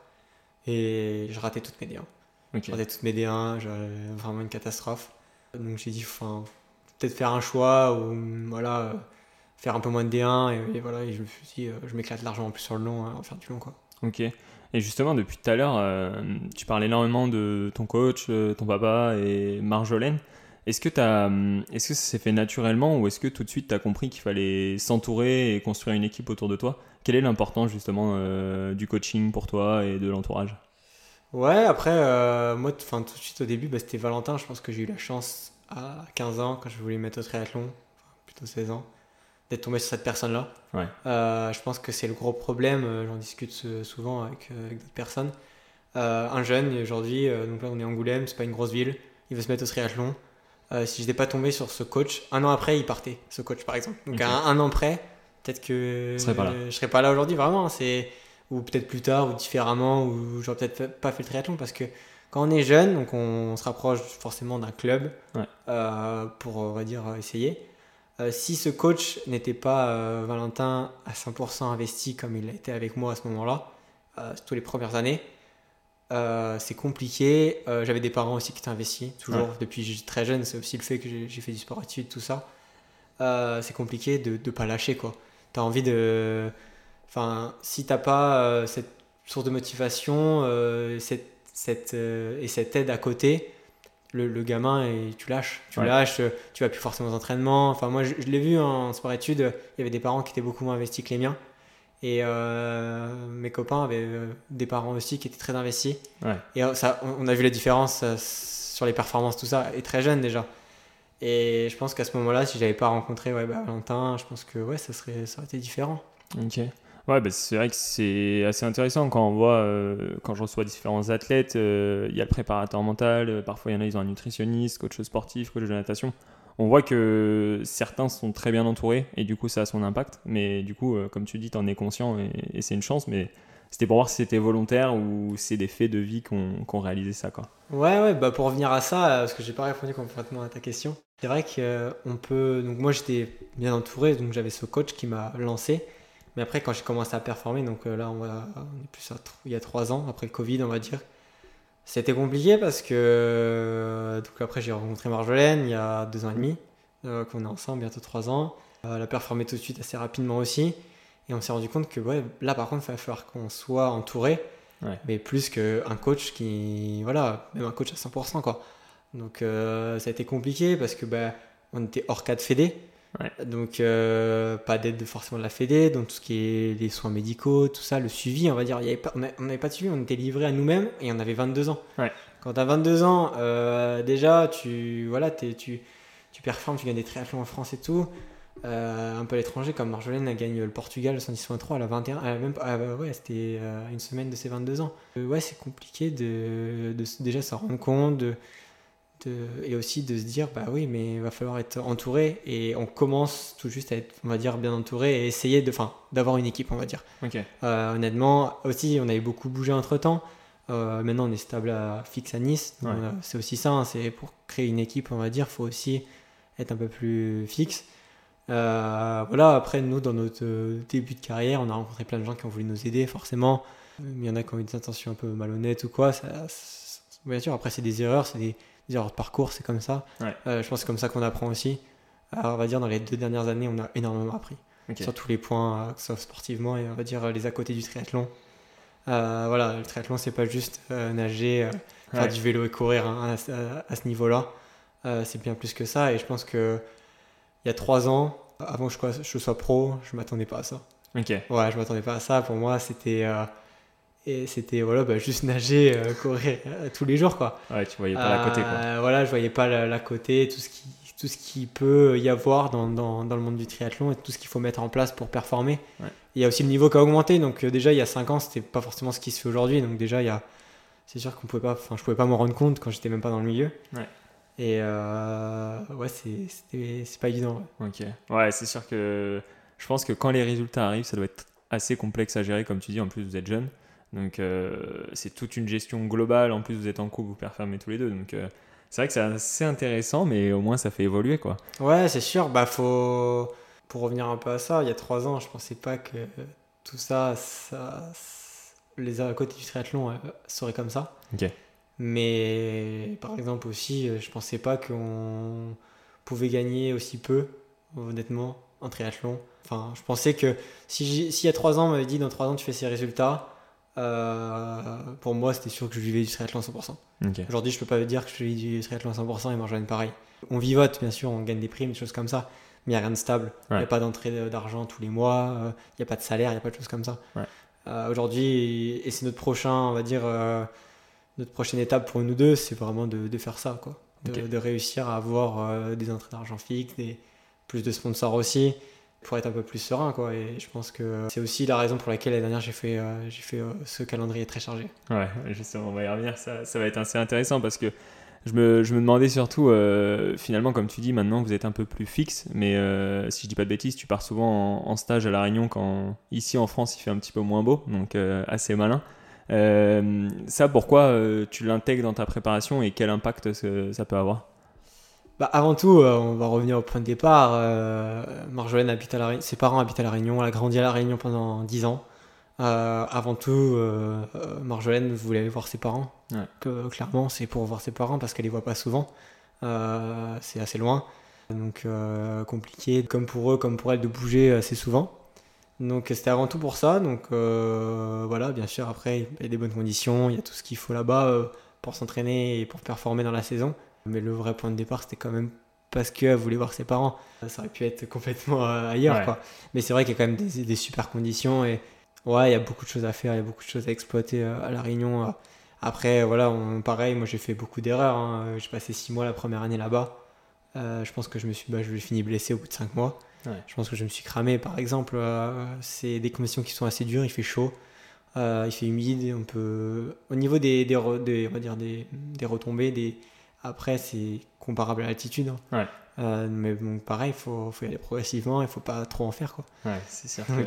et je ratais toutes mes D1. Ok. Je ratais toutes mes D1, j'avais vraiment une catastrophe. Donc j'ai dit, peut-être faire un choix ou voilà, faire un peu moins de D1 et voilà, et je me suis dit, je m'éclate largement en plus sur le long, en faire du long quoi. Ok. Et justement, depuis tout à l'heure, tu parles énormément de ton coach, ton papa et Marjolaine. Est-ce que ça s'est fait naturellement ou est-ce que tout de suite tu as compris qu'il fallait s'entourer et construire une équipe autour de toi ? Quelle est l'importance justement du coaching pour toi et de l'entourage ? Ouais, après, moi, tout de suite au début, c'était Valentin. Je pense que j'ai eu la chance à 15 ans, quand je voulais me mettre au triathlon, plutôt 16 ans, d'être tombé sur cette personne-là. Ouais. Je pense que c'est le gros problème, j'en discute souvent avec d'autres personnes. Un jeune, aujourd'hui, donc là on est à Angoulême, c'est pas une grosse ville, il veut se mettre au triathlon. Si je n'étais pas tombé sur ce coach, un an après il partait, ce coach par exemple. Donc Ok. à un an près, peut-être que Je serais pas là. je serais pas là aujourd'hui vraiment. Ou peut-être plus tard, ou différemment, ou j'aurais peut-être pas fait le triathlon parce que quand on est jeune, donc on se rapproche forcément d'un club Ouais. pour, on va dire, essayer. Si ce coach n'était pas Valentin à 100% investi comme il a été avec moi à ce moment-là, toutes les premières années, c'est compliqué. J'avais des parents aussi qui étaient investis, toujours depuis que j'étais très jeune. C'est aussi le fait que j'ai fait du sport-études, tout ça. C'est compliqué de ne pas lâcher, quoi. Tu as envie de. Enfin, si tu n'as pas cette source de motivation et cette aide à côté, le gamin, tu lâches. Tu lâches, tu vas plus forcément aux entraînements. Enfin, moi, je l'ai vu en sport-études, il y avait des parents qui étaient beaucoup moins investis que les miens. Et mes copains avaient des parents aussi qui étaient très investis. Ouais. Et on a vu la différence sur les performances, tout ça, et très jeune déjà. Et je pense qu'à ce moment-là, si j'avais pas rencontré Valentin, je pense que ça aurait été différent. Ok. Ouais, c'est vrai que c'est assez intéressant quand on voit, quand je reçois différents athlètes, il y a le préparateur mental, parfois il y en a, ils ont un nutritionniste, coach sportif, coach de natation. On voit que certains sont très bien entourés et du coup ça a son impact. Mais du coup, comme tu dis, t'en es conscient et c'est une chance. Mais c'était pour voir si c'était volontaire ou c'est des faits de vie qu'on réalisait ça, quoi. Ouais, pour revenir à ça, parce que j'ai pas répondu complètement à ta question. C'est vrai qu'on peut. Donc moi j'étais bien entouré, donc j'avais ce coach qui m'a lancé. Mais après, quand j'ai commencé à performer, donc là on est plus il y a 3 ans, après le Covid, on va dire. C'était compliqué parce que donc après j'ai rencontré Marjolaine il y a 2 ans et demi, qu'on est ensemble, bientôt 3 ans. Elle a performé tout de suite assez rapidement aussi. Et on s'est rendu compte que là par contre il va falloir qu'on soit entouré, mais plus qu'un coach même un coach à 100% quoi. Donc ça a été compliqué parce que on était hors cadre fédé. Ouais. Donc pas d'aide forcément de la fédé, donc tout ce qui est les soins médicaux, tout ça, le suivi, on va dire, on n'avait pas de suivi, on était livré à nous-mêmes et on avait 22 ans. Ouais. Quand tu as 22 ans, déjà tu performes, tu gagnes des triathlons en France et tout. Un peu à l'étranger, comme Marjolaine a gagné le Portugal, le 110.3, elle a 21, c'était une semaine de ses 22 ans. C'est compliqué de déjà s'en rendre compte, et aussi de se dire oui, mais il va falloir être entouré, et on commence tout juste à être, on va dire, bien entouré et essayer d'avoir une équipe, on va dire. Ok. Honnêtement, aussi on avait beaucoup bougé entre temps. Maintenant on est stable fixe à Nice. Donc, c'est aussi ça, hein, c'est pour créer une équipe, on va dire, il faut aussi être un peu plus fixe. Après nous, dans notre début de carrière, on a rencontré plein de gens qui ont voulu nous aider, forcément, mais il y en a qui ont eu des intentions un peu malhonnêtes ou quoi. Bien sûr, après c'est des erreurs, c'est des erreurs de parcours, c'est comme ça. Je pense que c'est comme ça qu'on apprend aussi. Alors, on va dire, dans les 2 dernières années, on a énormément appris. Sur tous les points, que ce soit sportivement et on va dire les à côté du triathlon. Le triathlon, c'est pas juste nager, faire du vélo et courir, hein, à ce niveau-là. C'est bien plus que ça, et je pense que il y a 3 ans, avant que je sois pro, je m'attendais pas à ça. Ok. Je m'attendais pas à ça. Pour moi, c'était juste nager, courir tous les jours, quoi. Ouais, tu voyais pas l'à côté, quoi. Je voyais pas l'à côté, tout ce qui peut y avoir dans le monde du triathlon et tout ce qu'il faut mettre en place pour performer. Il y a aussi le niveau qui a augmenté, donc déjà il y a 5 ans, c'était pas forcément ce qui se fait aujourd'hui, donc déjà c'est sûr je pouvais pas m'en rendre compte quand j'étais même pas dans le milieu. Et c'est pas évident. Ok. Ouais, c'est sûr que je pense que quand les résultats arrivent, ça doit être assez complexe à gérer, comme tu dis. En plus, vous êtes jeunes, donc c'est toute une gestion globale. En plus, vous êtes en couple, vous performez tous les deux, donc c'est vrai que c'est assez intéressant, mais au moins ça fait évoluer, quoi. Ouais, c'est sûr. Pour revenir un peu à ça, il y a 3 ans, je pensais pas que tout ça les à côté du triathlon seraient comme ça. Ok. Mais par exemple aussi, je pensais pas qu'on pouvait gagner aussi peu, honnêtement, en triathlon. Enfin, je pensais que s'il y a 3 ans, on m'avait dit dans 3 ans tu fais ces résultats, pour moi c'était sûr que je vivais du triathlon à 100%. Okay. Aujourd'hui, je peux pas dire que je vis du triathlon à 100% et Marjolaine pareil. On vivote, bien sûr, on gagne des primes, des choses comme ça, mais il n'y a rien de stable. Il n'y a pas d'entrée d'argent tous les mois, il n'y a pas de salaire, il n'y a pas de choses comme ça. Aujourd'hui, et c'est notre prochain, on va dire, notre prochaine étape pour nous deux, c'est vraiment de faire ça, quoi. De réussir à avoir des entrées d'argent fixes, plus de sponsors aussi, pour être un peu plus serein, quoi. Et je pense que c'est aussi la raison pour laquelle l'année dernière j'ai fait ce calendrier très chargé. Ouais, justement, on va y revenir. Ça va être assez intéressant parce que je me demandais surtout, finalement, comme tu dis, maintenant vous êtes un peu plus fixe, mais si je dis pas de bêtises, tu pars souvent en stage à La Réunion quand ici en France il fait un petit peu moins beau, donc assez malin. Ça, pourquoi tu l'intègres dans ta préparation et quel impact ça peut avoir? Avant tout, on va revenir au point de départ. Marjolaine habite à La Réunion, ses parents habitent à La Réunion, elle a grandi à La Réunion pendant 10 ans. Avant tout, Marjolaine voulait voir ses parents. Clairement, c'est pour voir ses parents parce qu'elle les voit pas souvent. C'est assez loin, donc compliqué, comme pour eux, comme pour elle, de bouger assez souvent. Donc c'était avant tout pour ça. Donc bien sûr, après il y a des bonnes conditions, il y a tout ce qu'il faut là-bas pour s'entraîner et pour performer dans la saison. Mais le vrai point de départ, c'était quand même parce qu'elle voulait voir ses parents. Ça aurait pu être complètement ailleurs, quoi. Mais c'est vrai qu'il y a quand même des super conditions et il y a beaucoup de choses à faire, il y a beaucoup de choses à exploiter à La Réunion. Après, pareil, moi j'ai fait beaucoup d'erreurs, hein. J'ai passé 6 mois la première année là-bas. Je pense que je finis blessé au bout de 5 mois. Je pense que je me suis cramé, par exemple. C'est des conditions qui sont assez dures, il fait chaud, il fait humide. Au niveau des retombées, après c'est comparable à l'altitude, hein. Mais bon, pareil, il faut y aller progressivement, il faut pas trop en faire, quoi. C'est sûr. Donc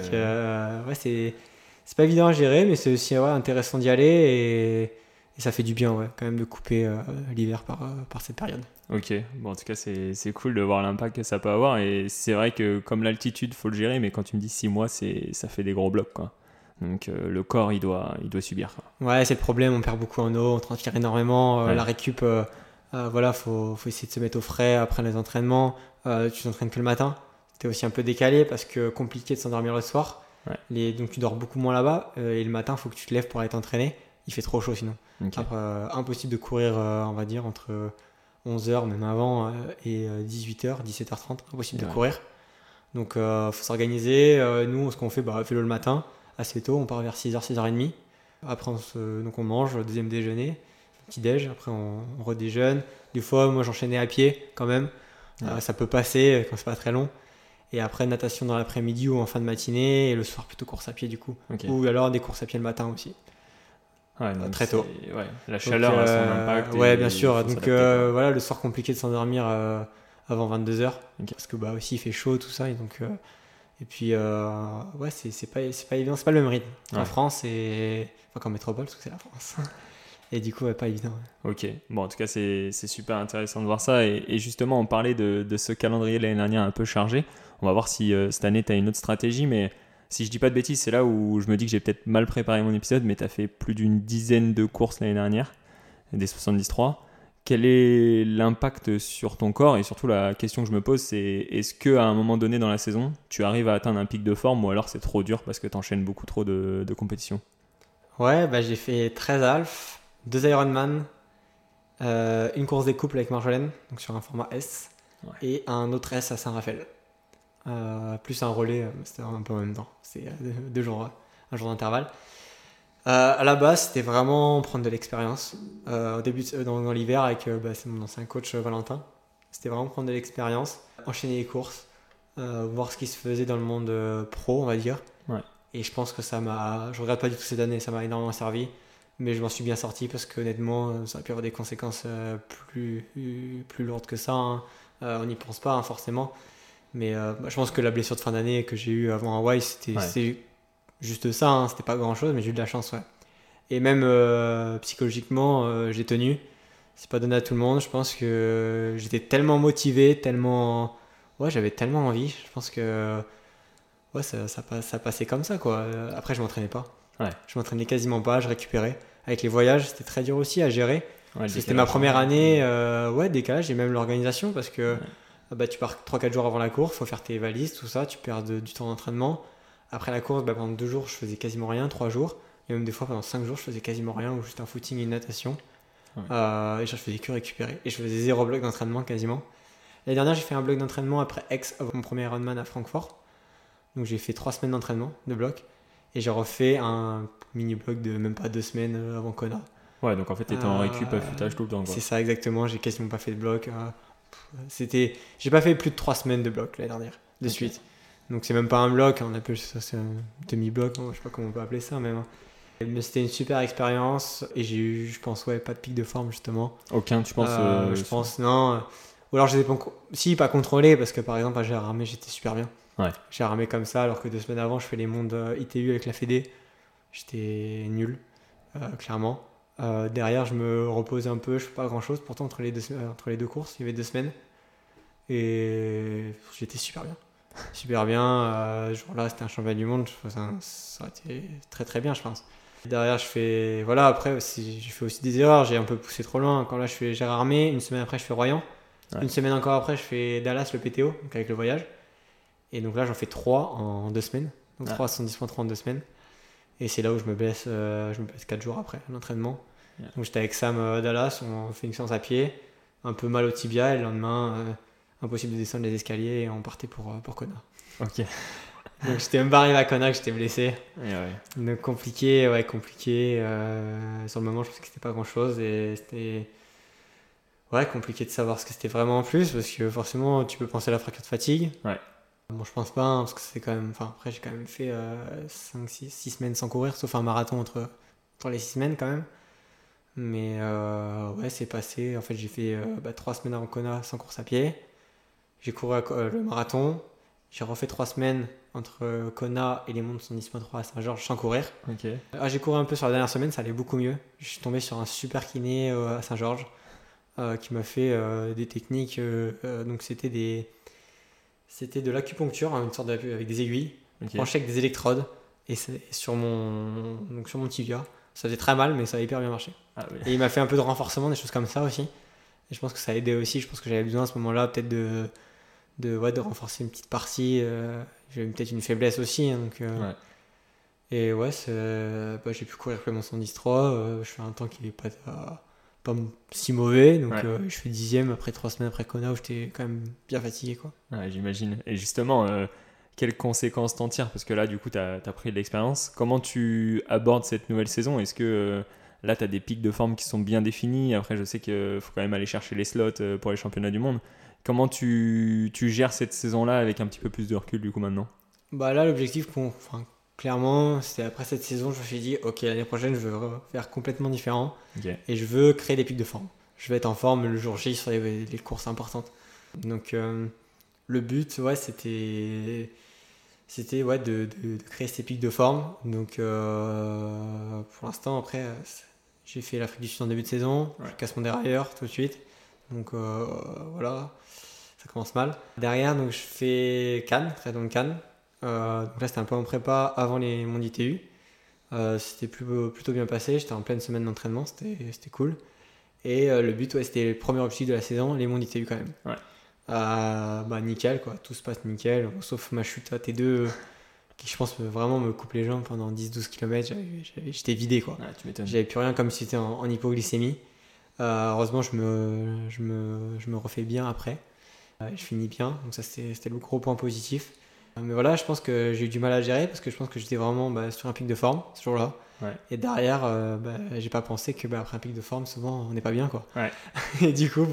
c'est pas évident à gérer, mais c'est aussi intéressant d'y aller et ça fait du bien, quand même, de couper l'hiver par cette période. Ok, bon, en tout cas c'est cool de voir l'impact que ça peut avoir, et c'est vrai que comme l'altitude faut le gérer, mais quand tu me dis 6 mois, ça fait des gros blocs, quoi. Donc le corps il doit subir, quoi. C'est le problème, on perd beaucoup en eau, on transpire énormément, la récup, faut essayer de se mettre au frais après les entraînements. Tu t'entraînes que le matin, t'es aussi un peu décalé parce que compliqué de s'endormir le soir. Donc tu dors beaucoup moins là-bas, et le matin faut que tu te lèves pour aller t'entraîner, il fait trop chaud sinon. Après, impossible de courir, on va dire, 11h, même avant, et 18h, 17h30, impossible de courir. Donc, faut s'organiser. Nous, ce qu'on fait, vélo le matin, assez tôt, on part vers 6h, 6h30. Après, donc on mange, le deuxième déjeuner, petit déj, après on redéjeune. Des fois, moi, j'enchaînais à pied quand même. Ça peut passer quand c'est pas très long. Et après, natation dans l'après-midi ou en fin de matinée, et le soir, plutôt course à pied du coup. Ou alors des courses à pied le matin aussi. Très tôt. La chaleur a son impact. Ouais, bien sûr. Donc voilà, le soir, compliqué de s'endormir avant 22h. Parce que aussi il fait chaud, tout ça. Et donc, et puis, c'est pas évident, c'est pas le même rythme. En France, qu'en métropole, parce que c'est la France. Et du coup, pas évident. Ok, bon, en tout cas, c'est super intéressant de voir ça. Et justement, on parlait de ce calendrier de l'année dernière un peu chargé. On va voir si cette année, tu as une autre stratégie. Mais si je dis pas de bêtises, c'est là où je me dis que j'ai peut-être mal préparé mon épisode. Mais tu as fait plus d'une dizaine de courses l'année dernière, des 73. Quel est l'impact sur ton corps? Et surtout, la question que je me pose, c'est est-ce qu'à un moment donné dans la saison, tu arrives à atteindre un pic de forme ou alors c'est trop dur parce que tu enchaînes beaucoup trop de compétitions? Ouais, j'ai fait 13 half, 2 Ironman, une course des couples avec Marjolaine, donc sur un format S, et un autre S à Saint-Raphaël. Plus un relais, c'était un peu en même temps. C'est 2 jours, un jour d'intervalle. À la base, c'était vraiment prendre de l'expérience. Au début, dans l'hiver, avec c'est mon ancien coach Valentin, c'était vraiment prendre de l'expérience, enchaîner les courses, voir ce qui se faisait dans le monde pro, on va dire. Et je pense que je regrette pas du tout cette année, ça m'a énormément servi. Mais je m'en suis bien sorti parce qu'honnêtement, ça a pu avoir des conséquences plus lourdes que ça. On n'y pense pas forcément. Mais je pense que la blessure de fin d'année que j'ai eue avant Hawaï, c'était juste ça. C'était pas grand chose, mais j'ai eu de la chance. Et même psychologiquement, j'ai tenu. C'est pas donné à tout le monde. Je pense que j'étais tellement motivé, j'avais tellement envie. Je pense que ça passait comme ça, quoi. Après, je m'entraînais pas. Je m'entraînais quasiment pas, je récupérais. Avec les voyages, c'était très dur aussi à gérer. C'était ma première année, décalage, et même l'organisation, parce que tu pars 3-4 jours avant la course, il faut faire tes valises, tout ça, tu perds du temps d'entraînement. Après la course, pendant 2 jours, je faisais quasiment rien, 3 jours. Et même des fois, pendant 5 jours, je faisais quasiment rien, ou juste un footing et une natation. Et je faisais que récupérer. Et je faisais 0 bloc d'entraînement quasiment. L'année dernière, j'ai fait un bloc d'entraînement après Aix, avant mon premier Ironman à Francfort. Donc j'ai fait 3 semaines d'entraînement de bloc. Et j'ai refait un mini-bloc de même pas 2 semaines avant Kona. Ouais, donc en fait, t'étais en récup à foutage tout le temps, quoi. C'est ça, exactement. J'ai quasiment pas fait de bloc. J'ai pas fait plus de 3 semaines de bloc l'année dernière, de suite. Donc c'est même pas un bloc, on appelle ça, c'est un demi-bloc, je sais pas comment on peut appeler ça même. Mais c'était une super expérience et j'ai eu, je pense, pas de pic de forme justement. Aucun, tu penses Je pense, non. Ou alors je les ai pas contrôlés parce que par exemple à Gérardmer, j'étais super bien. J'ai ramé comme ça alors que 2 semaines avant je fais les mondes ITU avec la Fédé, j'étais nul, clairement. Derrière je me reposais un peu, je fais pas grand chose pourtant entre les deux courses, il y avait 2 semaines et j'étais super bien. Ce jour-là c'était un championnat du monde, ça aurait été très très bien je pense. Derrière je fais, après j'ai fait aussi des erreurs, j'ai un peu poussé trop loin. Quand là je fais Gérardmer, une semaine après je fais Royan, une semaine encore après je fais Dallas le PTO, donc avec le voyage. Et donc là, j'en fais 3 en 2 semaines. Donc 3 70.3 en 2 semaines. Et c'est là où je me blesse 4 jours après l'entraînement. Donc j'étais avec Sam à Dallas, on fait une séance à pied, un peu mal au tibia, et le lendemain, impossible de descendre les escaliers, et on partait pour Kona. Ok. Donc j'étais même pas arrivé à Kona, que j'étais blessé. Donc compliqué. Sur le moment, je pensais que c'était pas grand chose, et c'était compliqué de savoir ce que c'était vraiment en plus, parce que forcément, tu peux penser à la fracture de fatigue. Bon, je pense pas, parce que c'est quand même. Après, j'ai quand même fait 6 semaines sans courir, sauf un marathon entre les 6 semaines quand même. Mais c'est passé. En fait, j'ai fait 3 semaines avant Kona sans course à pied. J'ai couru le marathon. J'ai refait 3 semaines entre Kona et les mondes 110.3 à Saint-Georges sans courir. J'ai couru un peu sur la dernière semaine, ça allait beaucoup mieux. Je suis tombé sur un super kiné à Saint-Georges qui m'a fait des techniques. Donc, c'était de l'acupuncture, une sorte avec des aiguilles, branchées avec des électrodes, et sur mon tibia. Ça faisait très mal, mais ça a hyper bien marché. Et il m'a fait un peu de renforcement, des choses comme ça aussi. Et je pense que ça a aidé aussi. Je pense que j'avais besoin à ce moment-là peut-être de renforcer une petite partie. J'avais peut-être une faiblesse aussi. Et j'ai pu courir avec mon 110.3. Je fais un temps qui n'est pas pas si mauvais. Donc Ouais. je fais 10e après 3 semaines après Kona où j'étais quand même bien fatigué, quoi. Ouais, j'imagine. Et justement, quelles conséquences t'en tires? Parce que là, du coup, tu as pris de l'expérience. Comment tu abordes cette nouvelle saison? Est-ce que là, tu as des pics de forme qui sont bien définis? Après, je sais qu'il faut quand même aller chercher les slots pour les championnats du monde. Comment tu gères cette saison-là avec un petit peu plus de recul, du coup, maintenant? Bah là, l'objectif, clairement, c'était après cette saison, je me suis dit, ok, l'année prochaine, je veux faire complètement différent Ok. et je veux créer des pics de forme. Je vais être en forme le jour J sur les courses importantes. Donc, le but, ouais, c'était ouais, de créer ces pics de forme. Donc, pour l'instant, après, j'ai fait l'Afrique du Sud en début de saison. Ouais. Je casse mon dérailleur tout de suite. Donc, voilà, ça commence mal. Derrière, donc, je fais Cannes, triathlon de Cannes. Donc là, c'était un peu en prépa avant mon ITU. C'était plutôt bien passé. J'étais en pleine semaine d'entraînement. C'était cool. Et le but, ouais, c'était le premier objectif de la saison, les mondes ITU quand même. Ouais. Bah nickel, quoi. Tout se passe nickel, sauf ma chute à T2 qui, je pense, vraiment me coupe les jambes pendant 10-12 km. J'étais vidé, quoi. Ouais, tu m'étonnes. J'avais plus rien, comme si c'était en hypoglycémie. Heureusement, je me refais bien après. Je finis bien, donc ça, c'était le gros point positif. Mais voilà, je pense que j'ai eu du mal à gérer parce que je pense que j'étais vraiment sur un pic de forme ce jour-là. Ouais. Et derrière, j'ai pas pensé que après un pic de forme, souvent, on n'est pas bien, quoi. Ouais. Et du coup,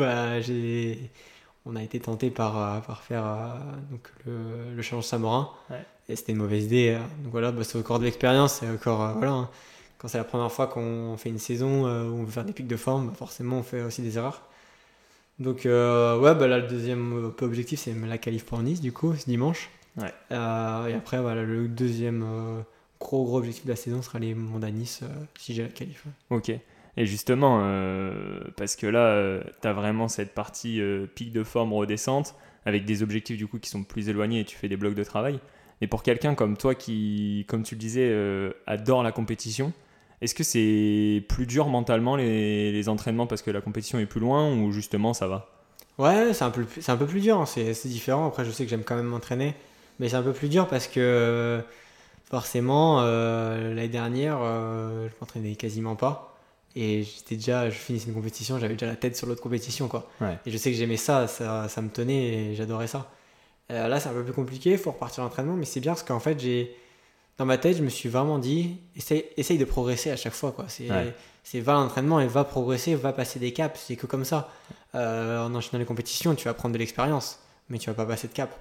on a été tenté par faire donc le challenge Samorin. Ouais. Et c'était une mauvaise idée. Donc voilà, c'est encore de l'expérience. C'est encore, voilà, hein. Quand c'est la première fois qu'on fait une saison où on veut faire des pics de forme, forcément, on fait aussi des erreurs. Donc, ouais, là, le deuxième objectif, c'est la qualif pour Nice, du coup, ce dimanche. Ouais. Et après, voilà, le deuxième gros objectif de la saison sera les mondes à Nice si j'ai la qualif. Ouais. Ok. Et justement, parce que là, tu as vraiment cette partie pic de forme redescente avec des objectifs du coup qui sont plus éloignés et tu fais des blocs de travail. Mais pour quelqu'un comme toi qui, comme tu le disais, adore la compétition, est-ce que c'est plus dur mentalement les entraînements parce que la compétition est plus loin ou justement ça va? Ouais, c'est un peu plus dur, hein. C'est différent. Après, je sais que j'aime quand même m'entraîner, mais c'est un peu plus dur parce que forcément, l'année dernière, je m'entraînais quasiment pas. Et je finissais une compétition, j'avais déjà la tête sur l'autre compétition, quoi. Ouais. Et je sais que j'aimais ça me tenait et j'adorais ça. Là, c'est un peu plus compliqué, il faut repartir à l'entraînement, mais c'est bien parce qu'en fait, dans ma tête, je me suis vraiment dit, essaye de progresser à chaque fois, quoi. C'est va à l'entraînement et va progresser, va passer des caps, c'est que comme ça. En enchaînant les compétitions, tu vas prendre de l'expérience, mais tu vas pas passer de cap.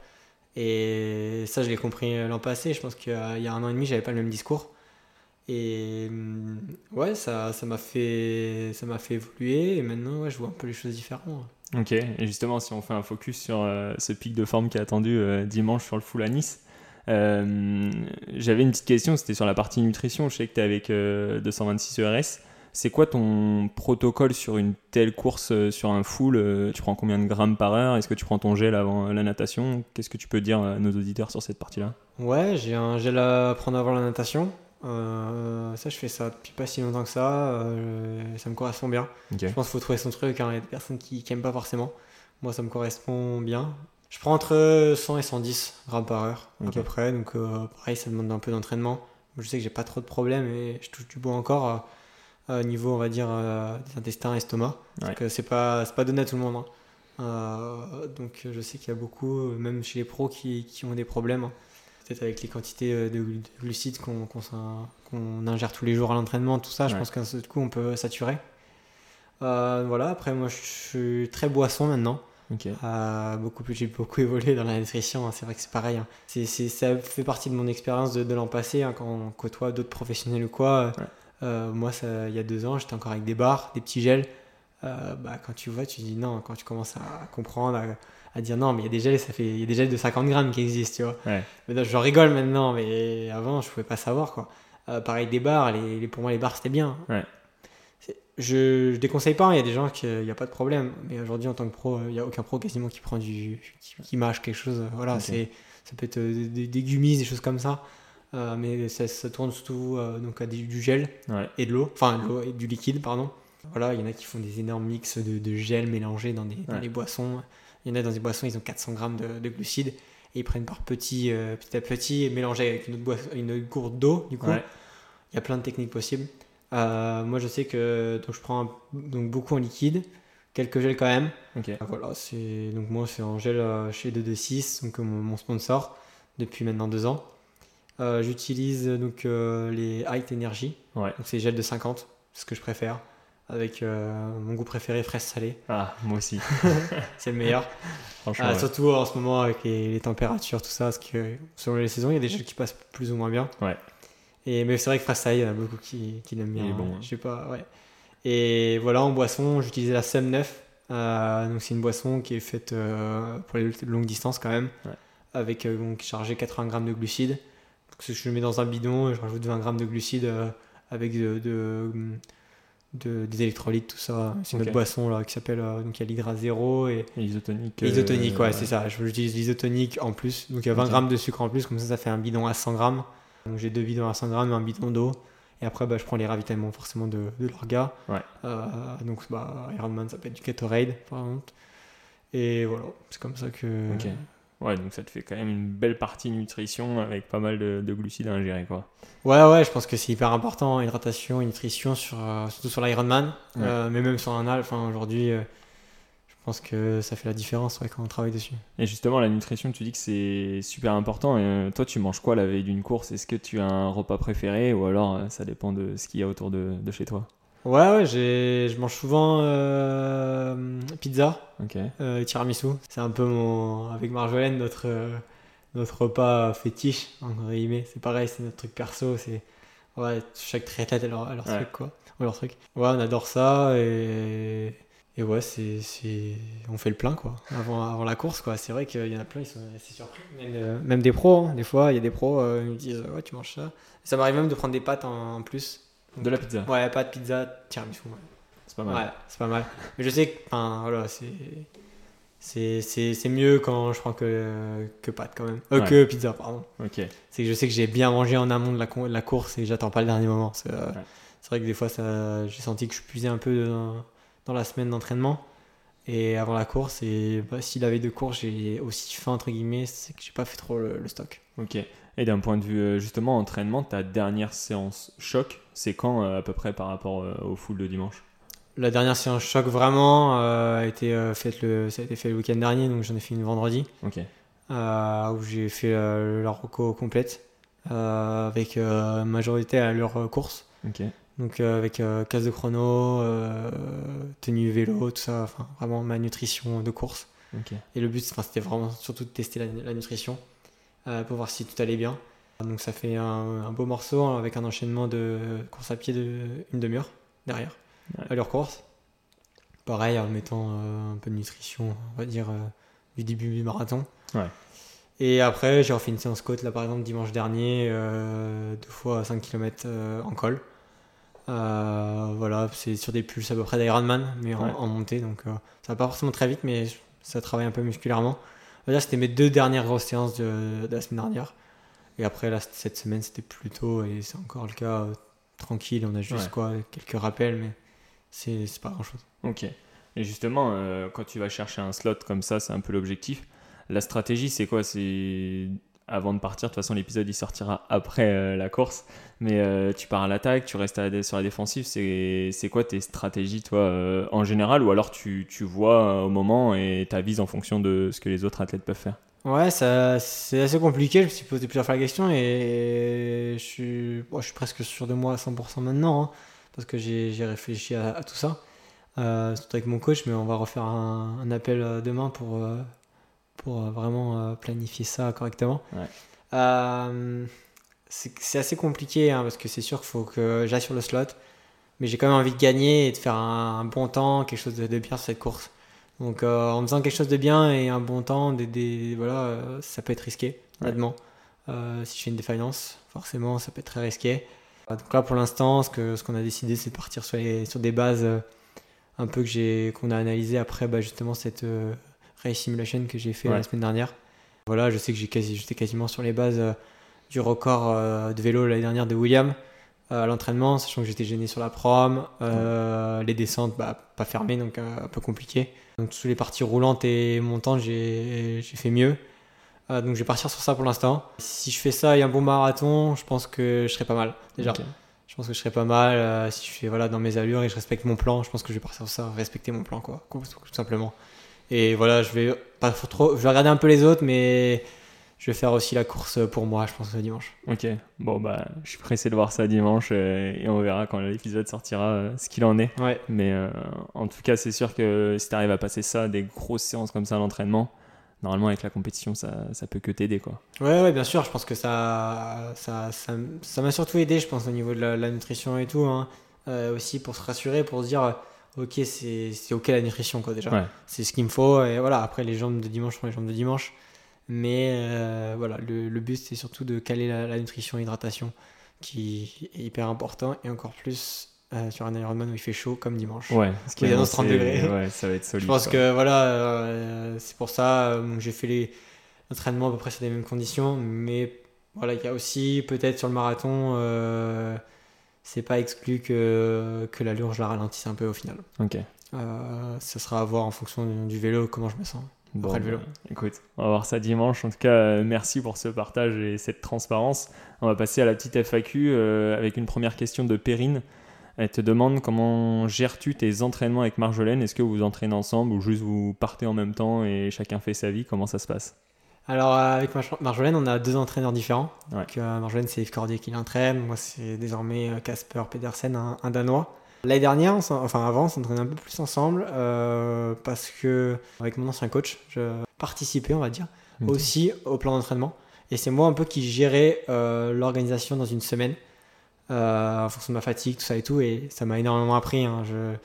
Et ça, je l'ai compris l'an passé, je pense qu'il y a 1 an et demi, j'avais pas le même discours. Et ouais, ça m'a fait évoluer et maintenant, ouais, je vois un peu les choses différemment. Ok, et justement, si on fait un focus sur ce pic de forme qui est attendu dimanche sur le full à Nice, j'avais une petite question, c'était sur la partie nutrition. Je sais que tu es avec 226 ERS. C'est quoi ton protocole sur une telle course, sur un full? Tu prends combien de grammes par heure? Est-ce que tu prends ton gel avant la natation? Qu'est-ce que tu peux dire à nos auditeurs sur cette partie-là? Ouais, j'ai un gel à prendre avant la natation. Ça, je fais ça depuis pas si longtemps que ça. Ça me correspond bien. Okay. Je pense qu'il faut trouver son truc, hein. Il y a des personnes qui n'aiment pas forcément. Moi, ça me correspond bien. Je prends entre 100 et 110 grammes par heure, à peu près. Donc, pareil, ça demande un peu d'entraînement. Je sais que j'ai pas trop de problèmes et je touche du bois encore au niveau, on va dire, des intestins, estomac. Ouais. Donc, c'est pas donné à tout le monde, hein. Donc, je sais qu'il y a beaucoup, même chez les pros, qui ont des problèmes. Hein. Peut-être avec les quantités de glucides qu'on ingère tous les jours à l'entraînement, tout ça, je pense qu'un seul coup, on peut saturer. Voilà, après, moi, je suis très boisson maintenant. Okay. J'ai beaucoup évolué dans la nutrition, hein. C'est vrai que c'est pareil, hein. Ça fait partie de mon expérience de l'an passé, hein, quand on côtoie d'autres professionnels ou quoi. Moi, il y a 2 ans, j'étais encore avec des barres, des petits gels. Quand tu vois, tu dis non, quand tu commences à comprendre, à dire non, mais il y a des gels de 50 grammes qui existent, tu vois. Ouais. Mais non, je rigole maintenant, mais avant, je pouvais pas savoir, quoi. Pareil, des barres, pour moi, les barres, c'était bien. Ouais. Je déconseille pas, il y a des gens qui il n'y a pas de problème, mais aujourd'hui en tant que pro, il n'y a aucun pro quasiment qui prend qui mâche quelque chose. Voilà, okay. Ça peut être des gummies, des choses comme ça, mais ça tourne surtout donc à du gel et de l'eau, enfin de l'eau et du liquide, pardon. Voilà, il y en a qui font des énormes mix de gel mélangés dans les boissons. Il y en a dans des boissons, ils ont 400 grammes de glucides et ils prennent par petit à petit et mélangés avec une gourde d'eau, du coup. Il y a plein de techniques possibles. Moi, je sais que donc, je prends donc, beaucoup en liquide, quelques gels quand même. Ok. Voilà, donc moi, c'est en gel chez 226, donc mon sponsor, depuis maintenant 2 ans. J'utilise donc les Height Energy, Ouais. donc c'est les gels de 50, c'est ce que je préfère, avec mon goût préféré, fraise salée. Ah, moi aussi. C'est le meilleur. Franchement. Ouais. Surtout en ce moment avec les températures, tout ça, parce que selon les saisons, il y a des gels qui passent plus ou moins bien. Ouais. Mais c'est vrai que fraise salée, il y en a beaucoup qui l'aiment bien. Il est bon, hein. hein. Je sais pas, ouais. Et voilà, en boisson, j'utilisais la Sum 9. Donc c'est une boisson qui est faite pour les longues distances quand même, Ouais. avec donc chargé 80 grammes de glucides. Donc, je le mets dans un bidon, et je rajoute 20 grammes de glucides avec des électrolytes, tout ça. C'est Ok. notre boisson là qui s'appelle donc il y a l'Hydra Zéro et Isotonique. l'isotonique, ouais, c'est ça. J'utilise l'isotonique en plus, donc il y a 20 Ok. grammes de sucre en plus, comme ça fait un bidon à 100 grammes. Donc j'ai 2 bidons à 100 grammes et un bidon d'eau. Et après, je prends les ravitaillements forcément de l'orga. Ouais. Donc Ironman, ça peut être du Gatorade par exemple. Et voilà, c'est comme ça que. Ok. Ouais, donc ça te fait quand même une belle partie nutrition avec pas mal de glucides à ingérer, quoi. Ouais, je pense que c'est hyper important, hydratation et nutrition, surtout sur l'Ironman. Ouais. Mais même sur un Al, aujourd'hui, je pense que ça fait la différence quand on travaille dessus. Et justement, la nutrition, tu dis que c'est super important. Et toi, tu manges quoi la veille d'une course? Est-ce que tu as un repas préféré ou alors ça dépend de ce qu'il y a autour de chez toi? Ouais, je mange souvent pizza. Ok. Tiramisu, c'est un peu avec Marjolaine notre repas fétiche entre guillemets. C'est pareil, c'est notre truc perso. Chaque triathlète a leur Ouais. truc quoi. Ou leur truc. Ouais, on adore ça et ouais, on fait le plein quoi. Avant la course quoi. C'est vrai qu'il y en a plein, ils sont assez surpris. Même des pros, hein. Des fois il y a des pros, ils me disent ouais tu manges ça. Ça m'arrive même de prendre des pâtes en plus. De la pizza. Ouais, pâtes, pizza, tiramisu. Ouais. C'est pas mal. Ouais, c'est pas mal. Mais je sais que, voilà, c'est mieux quand je prends que pâtes quand même. Ouais. Que pizza, pardon. Ok. C'est que je sais que j'ai bien mangé en amont de la course et j'attends pas le dernier moment. C'est vrai que des fois, j'ai senti que je puisais un peu dans la semaine d'entraînement et avant la course. Et si la veille de course, j'ai aussi faim, entre guillemets, c'est que j'ai pas fait trop le stock. Ok. Et d'un point de vue justement entraînement, ta dernière séance choc, c'est quand à peu près par rapport au full de dimanche? La dernière séance choc vraiment a été ça a été fait le week-end dernier, donc j'en ai fait une vendredi. Ok. Où j'ai fait la reco complète avec majorité à leur course. Ok. Donc avec casse de chrono, tenue vélo, tout ça, enfin vraiment ma nutrition de course. Ok. Et le but c'était vraiment surtout de tester la nutrition pour voir si tout allait bien. Donc ça fait un beau morceau avec un enchaînement de course à pied d'une demi-heure derrière à leur course. Pareil en mettant un peu de nutrition, on va dire du début du marathon. Ouais. Et après j'ai refait une séance côte là par exemple dimanche dernier, 2 fois 5 km en col. Voilà, c'est sur des pulses à peu près d'Ironman mais en montée, donc ça va pas forcément très vite mais ça travaille un peu musculairement. On va dire c'était mes 2 dernières grosses séances de la semaine dernière. Et après là cette semaine c'était plus tôt et c'est encore le cas tranquille, on a juste quelques rappels mais c'est pas grand chose. Ok. Et justement, quand tu vas chercher un slot comme ça, c'est un peu l'objectif. La stratégie, c'est quoi? C'est avant de partir, de toute façon l'épisode il sortira après la course, mais tu pars à l'attaque, tu restes sur la défensive, c'est quoi tes stratégies toi en général, ou alors tu vois au moment et t'avises en fonction de ce que les autres athlètes peuvent faire? Ouais, c'est assez compliqué, je me suis posé plusieurs fois la question et je suis presque sûr de moi à 100% maintenant, hein, parce que j'ai réfléchi à tout ça, surtout avec mon coach, mais on va refaire un appel demain pour vraiment planifier ça correctement. Ouais. C'est assez compliqué hein, parce que c'est sûr qu'il faut que j'aille sur le slot, mais j'ai quand même envie de gagner et de faire un bon temps, quelque chose de bien sur cette course. Donc en faisant quelque chose de bien et un bon temps, voilà, ça peut être risqué, honnêtement. Si je fais une défaillance, forcément, ça peut être très risqué. Donc là, pour l'instant, ce qu'on a décidé, c'est de partir sur des bases un peu qu'on a analysées après justement cette race simulation que j'ai fait la semaine dernière. Voilà, je sais que j'étais quasiment sur les bases du record de vélo l'année dernière de William à l'entraînement, sachant que j'étais gêné sur la prom, les descentes pas fermées, donc un peu compliqué. Donc toutes les parties roulantes et montantes, j'ai fait mieux. Donc je vais partir sur ça pour l'instant. Si je fais ça et un bon marathon, je pense que je serai pas mal déjà. Okay. Je pense que je serais pas mal si je fais voilà, dans mes allures et je respecte mon plan. Je pense que je vais partir sur ça, respecter mon plan, quoi, tout simplement. Et voilà, je vais regarder un peu les autres, mais je vais faire aussi la course pour moi, je pense, le dimanche. Ok, bon bah je suis pressé de voir ça dimanche et on verra quand l'épisode sortira ce qu'il en est. Ouais. Mais en tout cas, c'est sûr que si tu arrives à passer ça, des grosses séances comme ça à l'entraînement, normalement avec la compétition, ça peut que t'aider, quoi. Ouais, bien sûr, je pense que ça m'a surtout aidé, je pense, au niveau de la nutrition et tout, hein. Aussi pour se rassurer, pour se dire, ok, c'est ok la nutrition, quoi, déjà. Ouais. C'est ce qu'il me faut, et voilà, après les jambes de dimanche sont les jambes de dimanche. Mais voilà, le but, c'est surtout de caler la nutrition et l'hydratation, qui est hyper important, et encore plus sur un Ironman où il fait chaud comme dimanche. Ouais, parce qu'il y a 30 degrés. Ouais, ça va être solide. Je pense quoi. que voilà, c'est pour ça j'ai fait l'entraînement à peu près sur les mêmes conditions, mais voilà, il y a aussi peut-être sur le marathon, c'est pas exclu que l'allure je la ralentisse un peu au final. Ok. Ça sera à voir en fonction du vélo, comment je me sens. Bon, après le vélo. Écoute, on va voir ça dimanche. En tout cas, merci pour ce partage et cette transparence. On va passer à la petite FAQ avec une première question de Perrine. Elle te demande comment gères-tu tes entraînements avec Marjolaine ? Est-ce que vous vous entraînez ensemble ou juste vous partez en même temps et chacun fait sa vie ? Comment ça se passe ? Alors avec Marjolaine, on a 2 entraîneurs différents. Ouais. Donc, Marjolaine, c'est Yves Cordier qui l'entraîne. Moi, c'est désormais Casper Pedersen, un Danois. L'année dernière, avant, on s'entraînait un peu plus ensemble parce que avec mon ancien coach, je participais, on va dire, aussi au plan d'entraînement. Et c'est moi un peu qui gérais l'organisation dans une semaine en fonction de ma fatigue, tout ça et tout. Et ça m'a énormément appris. Hein.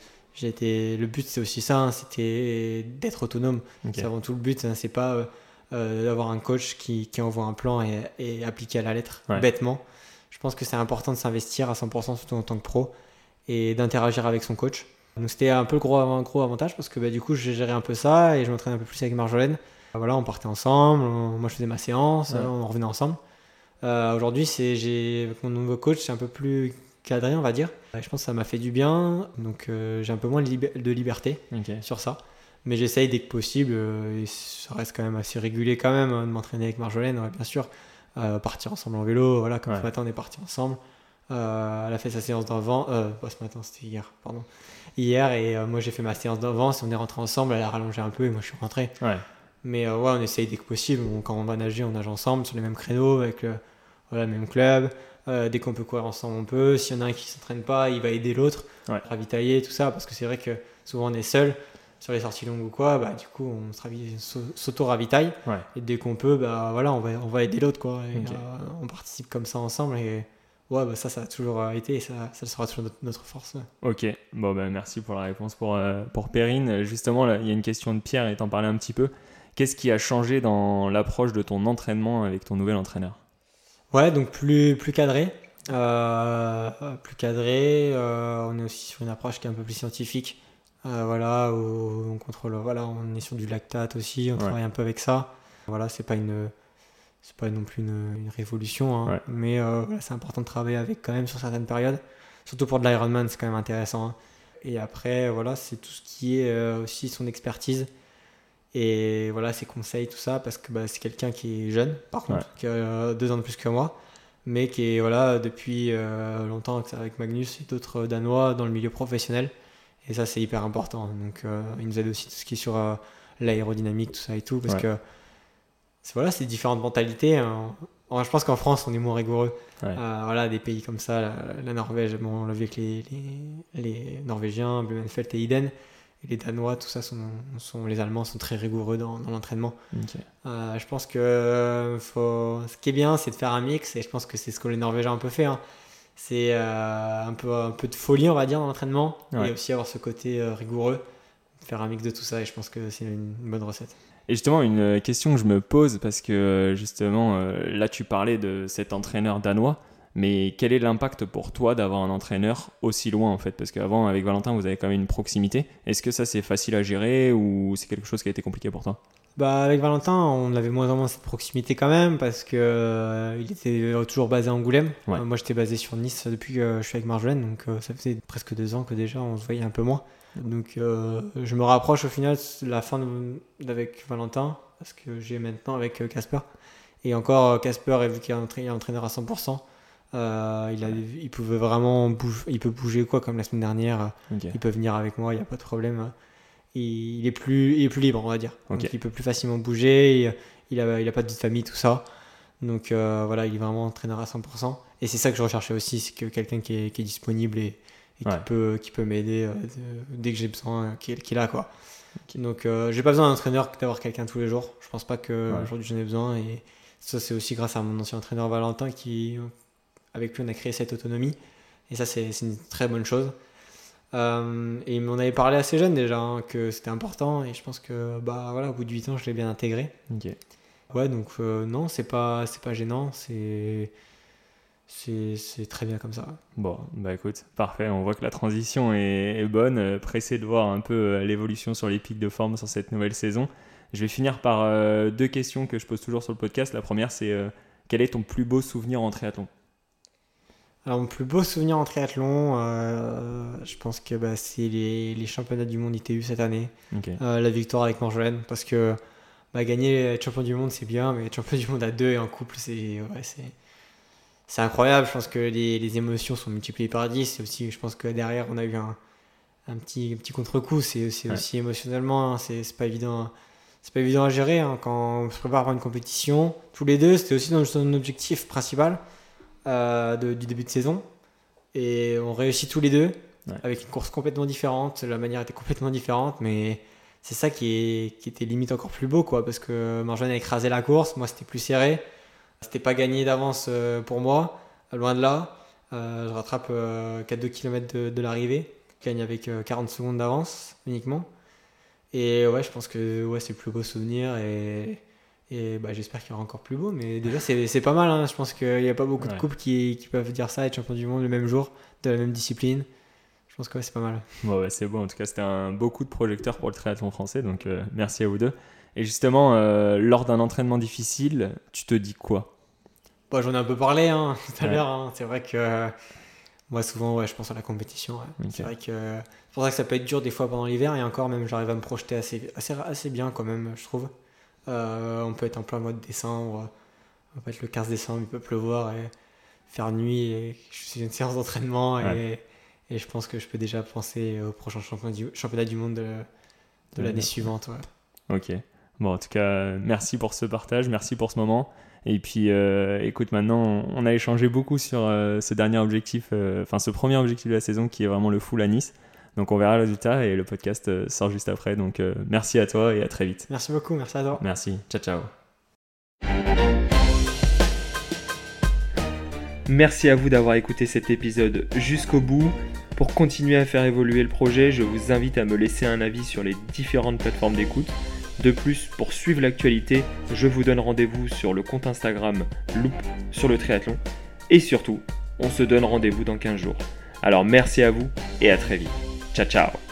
Le but, c'est aussi ça, hein, c'était d'être autonome. Okay. C'est avant tout le but. Hein, c'est pas d'avoir un coach qui envoie un plan et appliquer à la lettre bêtement. Je pense que c'est important de s'investir à 100%, surtout en tant que pro, et d'interagir avec son coach. Donc c'était un peu le gros avantage parce que du coup j'ai géré un peu ça et je m'entraînais un peu plus avec Marjolaine. Voilà, on partait ensemble, moi je faisais ma séance, on revenait ensemble. Aujourd'hui avec mon nouveau coach, c'est un peu plus cadré, on va dire. Je pense que ça m'a fait du bien, donc j'ai un peu moins de liberté sur ça. Mais j'essaye dès que possible, et ça reste quand même assez régulier quand même, de m'entraîner avec Marjolaine, bien sûr. Partir ensemble en vélo, voilà, comme ce matin on est partis ensemble. Elle a fait sa séance d'avant, pas ce matin, c'était hier, pardon. Hier, et moi j'ai fait ma séance d'avance, on est rentrés ensemble, elle a rallongé un peu et moi je suis rentré. Ouais. Mais on essaye dès que possible, quand on va nager, on nage ensemble sur les mêmes créneaux, avec le même club. Dès qu'on peut courir ensemble, on peut. S'il y en a un qui ne s'entraîne pas, il va aider l'autre, ravitailler, tout ça, parce que c'est vrai que souvent on est seul sur les sorties longues ou quoi, du coup on s'auto-ravitaille. Et dès qu'on peut, on va aider l'autre, quoi. Et, on participe comme ça ensemble et ça a toujours été et ça sera toujours notre force. Ok, merci pour la réponse pour Perrine. Justement, là, il y a une question de Pierre et t'en parlais un petit peu. Qu'est-ce qui a changé dans l'approche de ton entraînement avec ton nouvel entraîneur ? Donc plus cadré. Plus cadré. On est aussi sur une approche qui est un peu plus scientifique. Où on contrôle, on est sur du lactate aussi, on travaille un peu avec ça. C'est pas non plus une révolution, hein, mais c'est important de travailler avec quand même sur certaines périodes. Surtout pour de l'Ironman, c'est quand même intéressant. Hein. Et après, c'est tout ce qui est aussi son expertise et ses conseils, tout ça, parce que c'est quelqu'un qui est jeune, par contre, qui a 2 ans de plus que moi, mais qui est depuis longtemps avec Magnus et d'autres Danois dans le milieu professionnel. Et ça, c'est hyper important. Donc, il nous aide aussi tout ce qui est sur l'aérodynamique, tout ça et tout, parce que c'est différentes mentalités. Hein. Je pense qu'en France, on est moins rigoureux. Des pays comme ça, la Norvège, on l'a vu avec les Norvégiens, Blumenfeld et Iden. Et les Danois, tout ça, les Allemands sont très rigoureux dans l'entraînement. Je pense que ce qui est bien, c'est de faire un mix. Et je pense que c'est ce que les Norvégiens ont un peu fait. Hein. C'est un peu de folie, on va dire, dans l'entraînement. Et aussi avoir ce côté rigoureux. Faire un mix de tout ça. Et je pense que c'est une bonne recette. Et justement, une question que je me pose, parce que justement, là tu parlais de cet entraîneur danois, mais quel est l'impact pour toi d'avoir un entraîneur aussi loin en fait ? Parce qu'avant, avec Valentin, vous avez quand même une proximité. Est-ce que ça c'est facile à gérer ou c'est quelque chose qui a été compliqué pour toi ? Avec Valentin, on avait moins en moins cette proximité quand même, parce que il était toujours basé à Angoulême. Moi j'étais basé sur Nice depuis que je suis avec Marjolaine, donc ça faisait presque 2 ans que déjà on se voyait un peu moins. Donc je me rapproche au final de la fin avec Valentin, parce que j'ai maintenant avec Casper. Et encore Casper, vu qu'il est entraîneur à 100%, Il pouvait vraiment il peut bouger quoi, comme la semaine dernière. Ok. Il peut venir avec moi, il n'y a pas de problème. Il est plus libre, on va dire. Ok. Donc il peut plus facilement bouger. Il a pas de vie de famille, tout ça. Donc voilà, il est vraiment entraîneur à 100%. Et c'est ça que je recherchais aussi, c'est que quelqu'un qui est disponible et qui peut m'aider dès que j'ai besoin, qui est là, quoi. Ok. Donc j'ai pas besoin d'un entraîneur d'avoir quelqu'un tous les jours. Je pense pas qu'aujourd'hui j'en ai besoin. Et ça, c'est aussi grâce à mon ancien entraîneur Valentin avec lui on a créé cette autonomie. Et ça, c'est une très bonne chose. Et il m'en avait parlé assez jeune déjà, hein, que c'était important. Et je pense que voilà, au bout de 8 ans, je l'ai bien intégré. Ok. Ouais, donc non, c'est pas gênant. C'est très bien comme ça. Bon, bah écoute, parfait. On voit que la transition est bonne. Pressé de voir un peu l'évolution sur les pics de forme sur cette nouvelle saison. Je vais finir par 2 questions que je pose toujours sur le podcast. La première, c'est quel est ton plus beau souvenir en triathlon ? Alors, mon plus beau souvenir en triathlon, je pense que c'est les championnats du monde ITU cette année. Ok. La victoire avec Marjolaine, parce que gagner champion du monde, c'est bien, mais champion du monde à 2 et en couple, c'est incroyable. Je pense que les émotions sont multipliées par 10. Et aussi, je pense que derrière, on a eu un petit contre-coup. C'est aussi émotionnellement, hein, c'est pas évident. C'est pas évident à gérer, hein, quand on se prépare à une compétition. Tous les deux, c'était aussi notre objectif principal du début de saison. Et on réussit tous les deux, avec une course complètement différente. La manière était complètement différente, mais c'est ça qui était limite encore plus beau, quoi, parce que Marjolaine a écrasé la course. Moi, c'était plus serré. C'était pas gagné d'avance pour moi, loin de là. Je rattrape 4-2 km de l'arrivée. Je gagne avec 40 secondes d'avance uniquement. Et ouais, je pense que c'est le plus beau souvenir. Et j'espère qu'il y aura encore plus beau. Mais déjà, c'est pas mal, hein. Je pense qu'il n'y a pas beaucoup de couples qui peuvent dire ça, être champion du monde le même jour, de la même discipline. Je pense que c'est pas mal. Bon, c'est bon. En tout cas, c'était un beau coup de projecteur pour le triathlon français. Donc, merci à vous deux. Et justement, lors d'un entraînement difficile, tu te dis quoi ? J'en ai un peu parlé tout à l'heure. Hein. C'est vrai que moi, souvent, je pense à la compétition. Ouais. Okay. C'est vrai que c'est pour ça que ça peut être dur des fois pendant l'hiver. Et encore, même, j'arrive à me projeter assez bien quand même, je trouve. On peut être en plein mois de décembre. On peut être le 15 décembre, il peut pleuvoir et faire nuit. Et je suis une séance d'entraînement. Et je pense que je peux déjà penser au prochain championnat du monde de l'année suivante. Ouais. Ok. Bon, en tout cas, merci pour ce partage, merci pour ce moment. Et puis, écoute, maintenant, on a échangé beaucoup sur ce dernier objectif, ce premier objectif de la saison qui est vraiment le full à Nice. Donc, on verra le résultat et le podcast sort juste après. Donc, merci à toi et à très vite. Merci beaucoup, merci à toi. Merci, ciao. Merci à vous d'avoir écouté cet épisode jusqu'au bout. Pour continuer à faire évoluer le projet, je vous invite à me laisser un avis sur les différentes plateformes d'écoute. De plus, pour suivre l'actualité, je vous donne rendez-vous sur le compte Instagram Loop sur le triathlon. Et surtout, on se donne rendez-vous dans 15 jours. Alors merci à vous et à très vite. Ciao.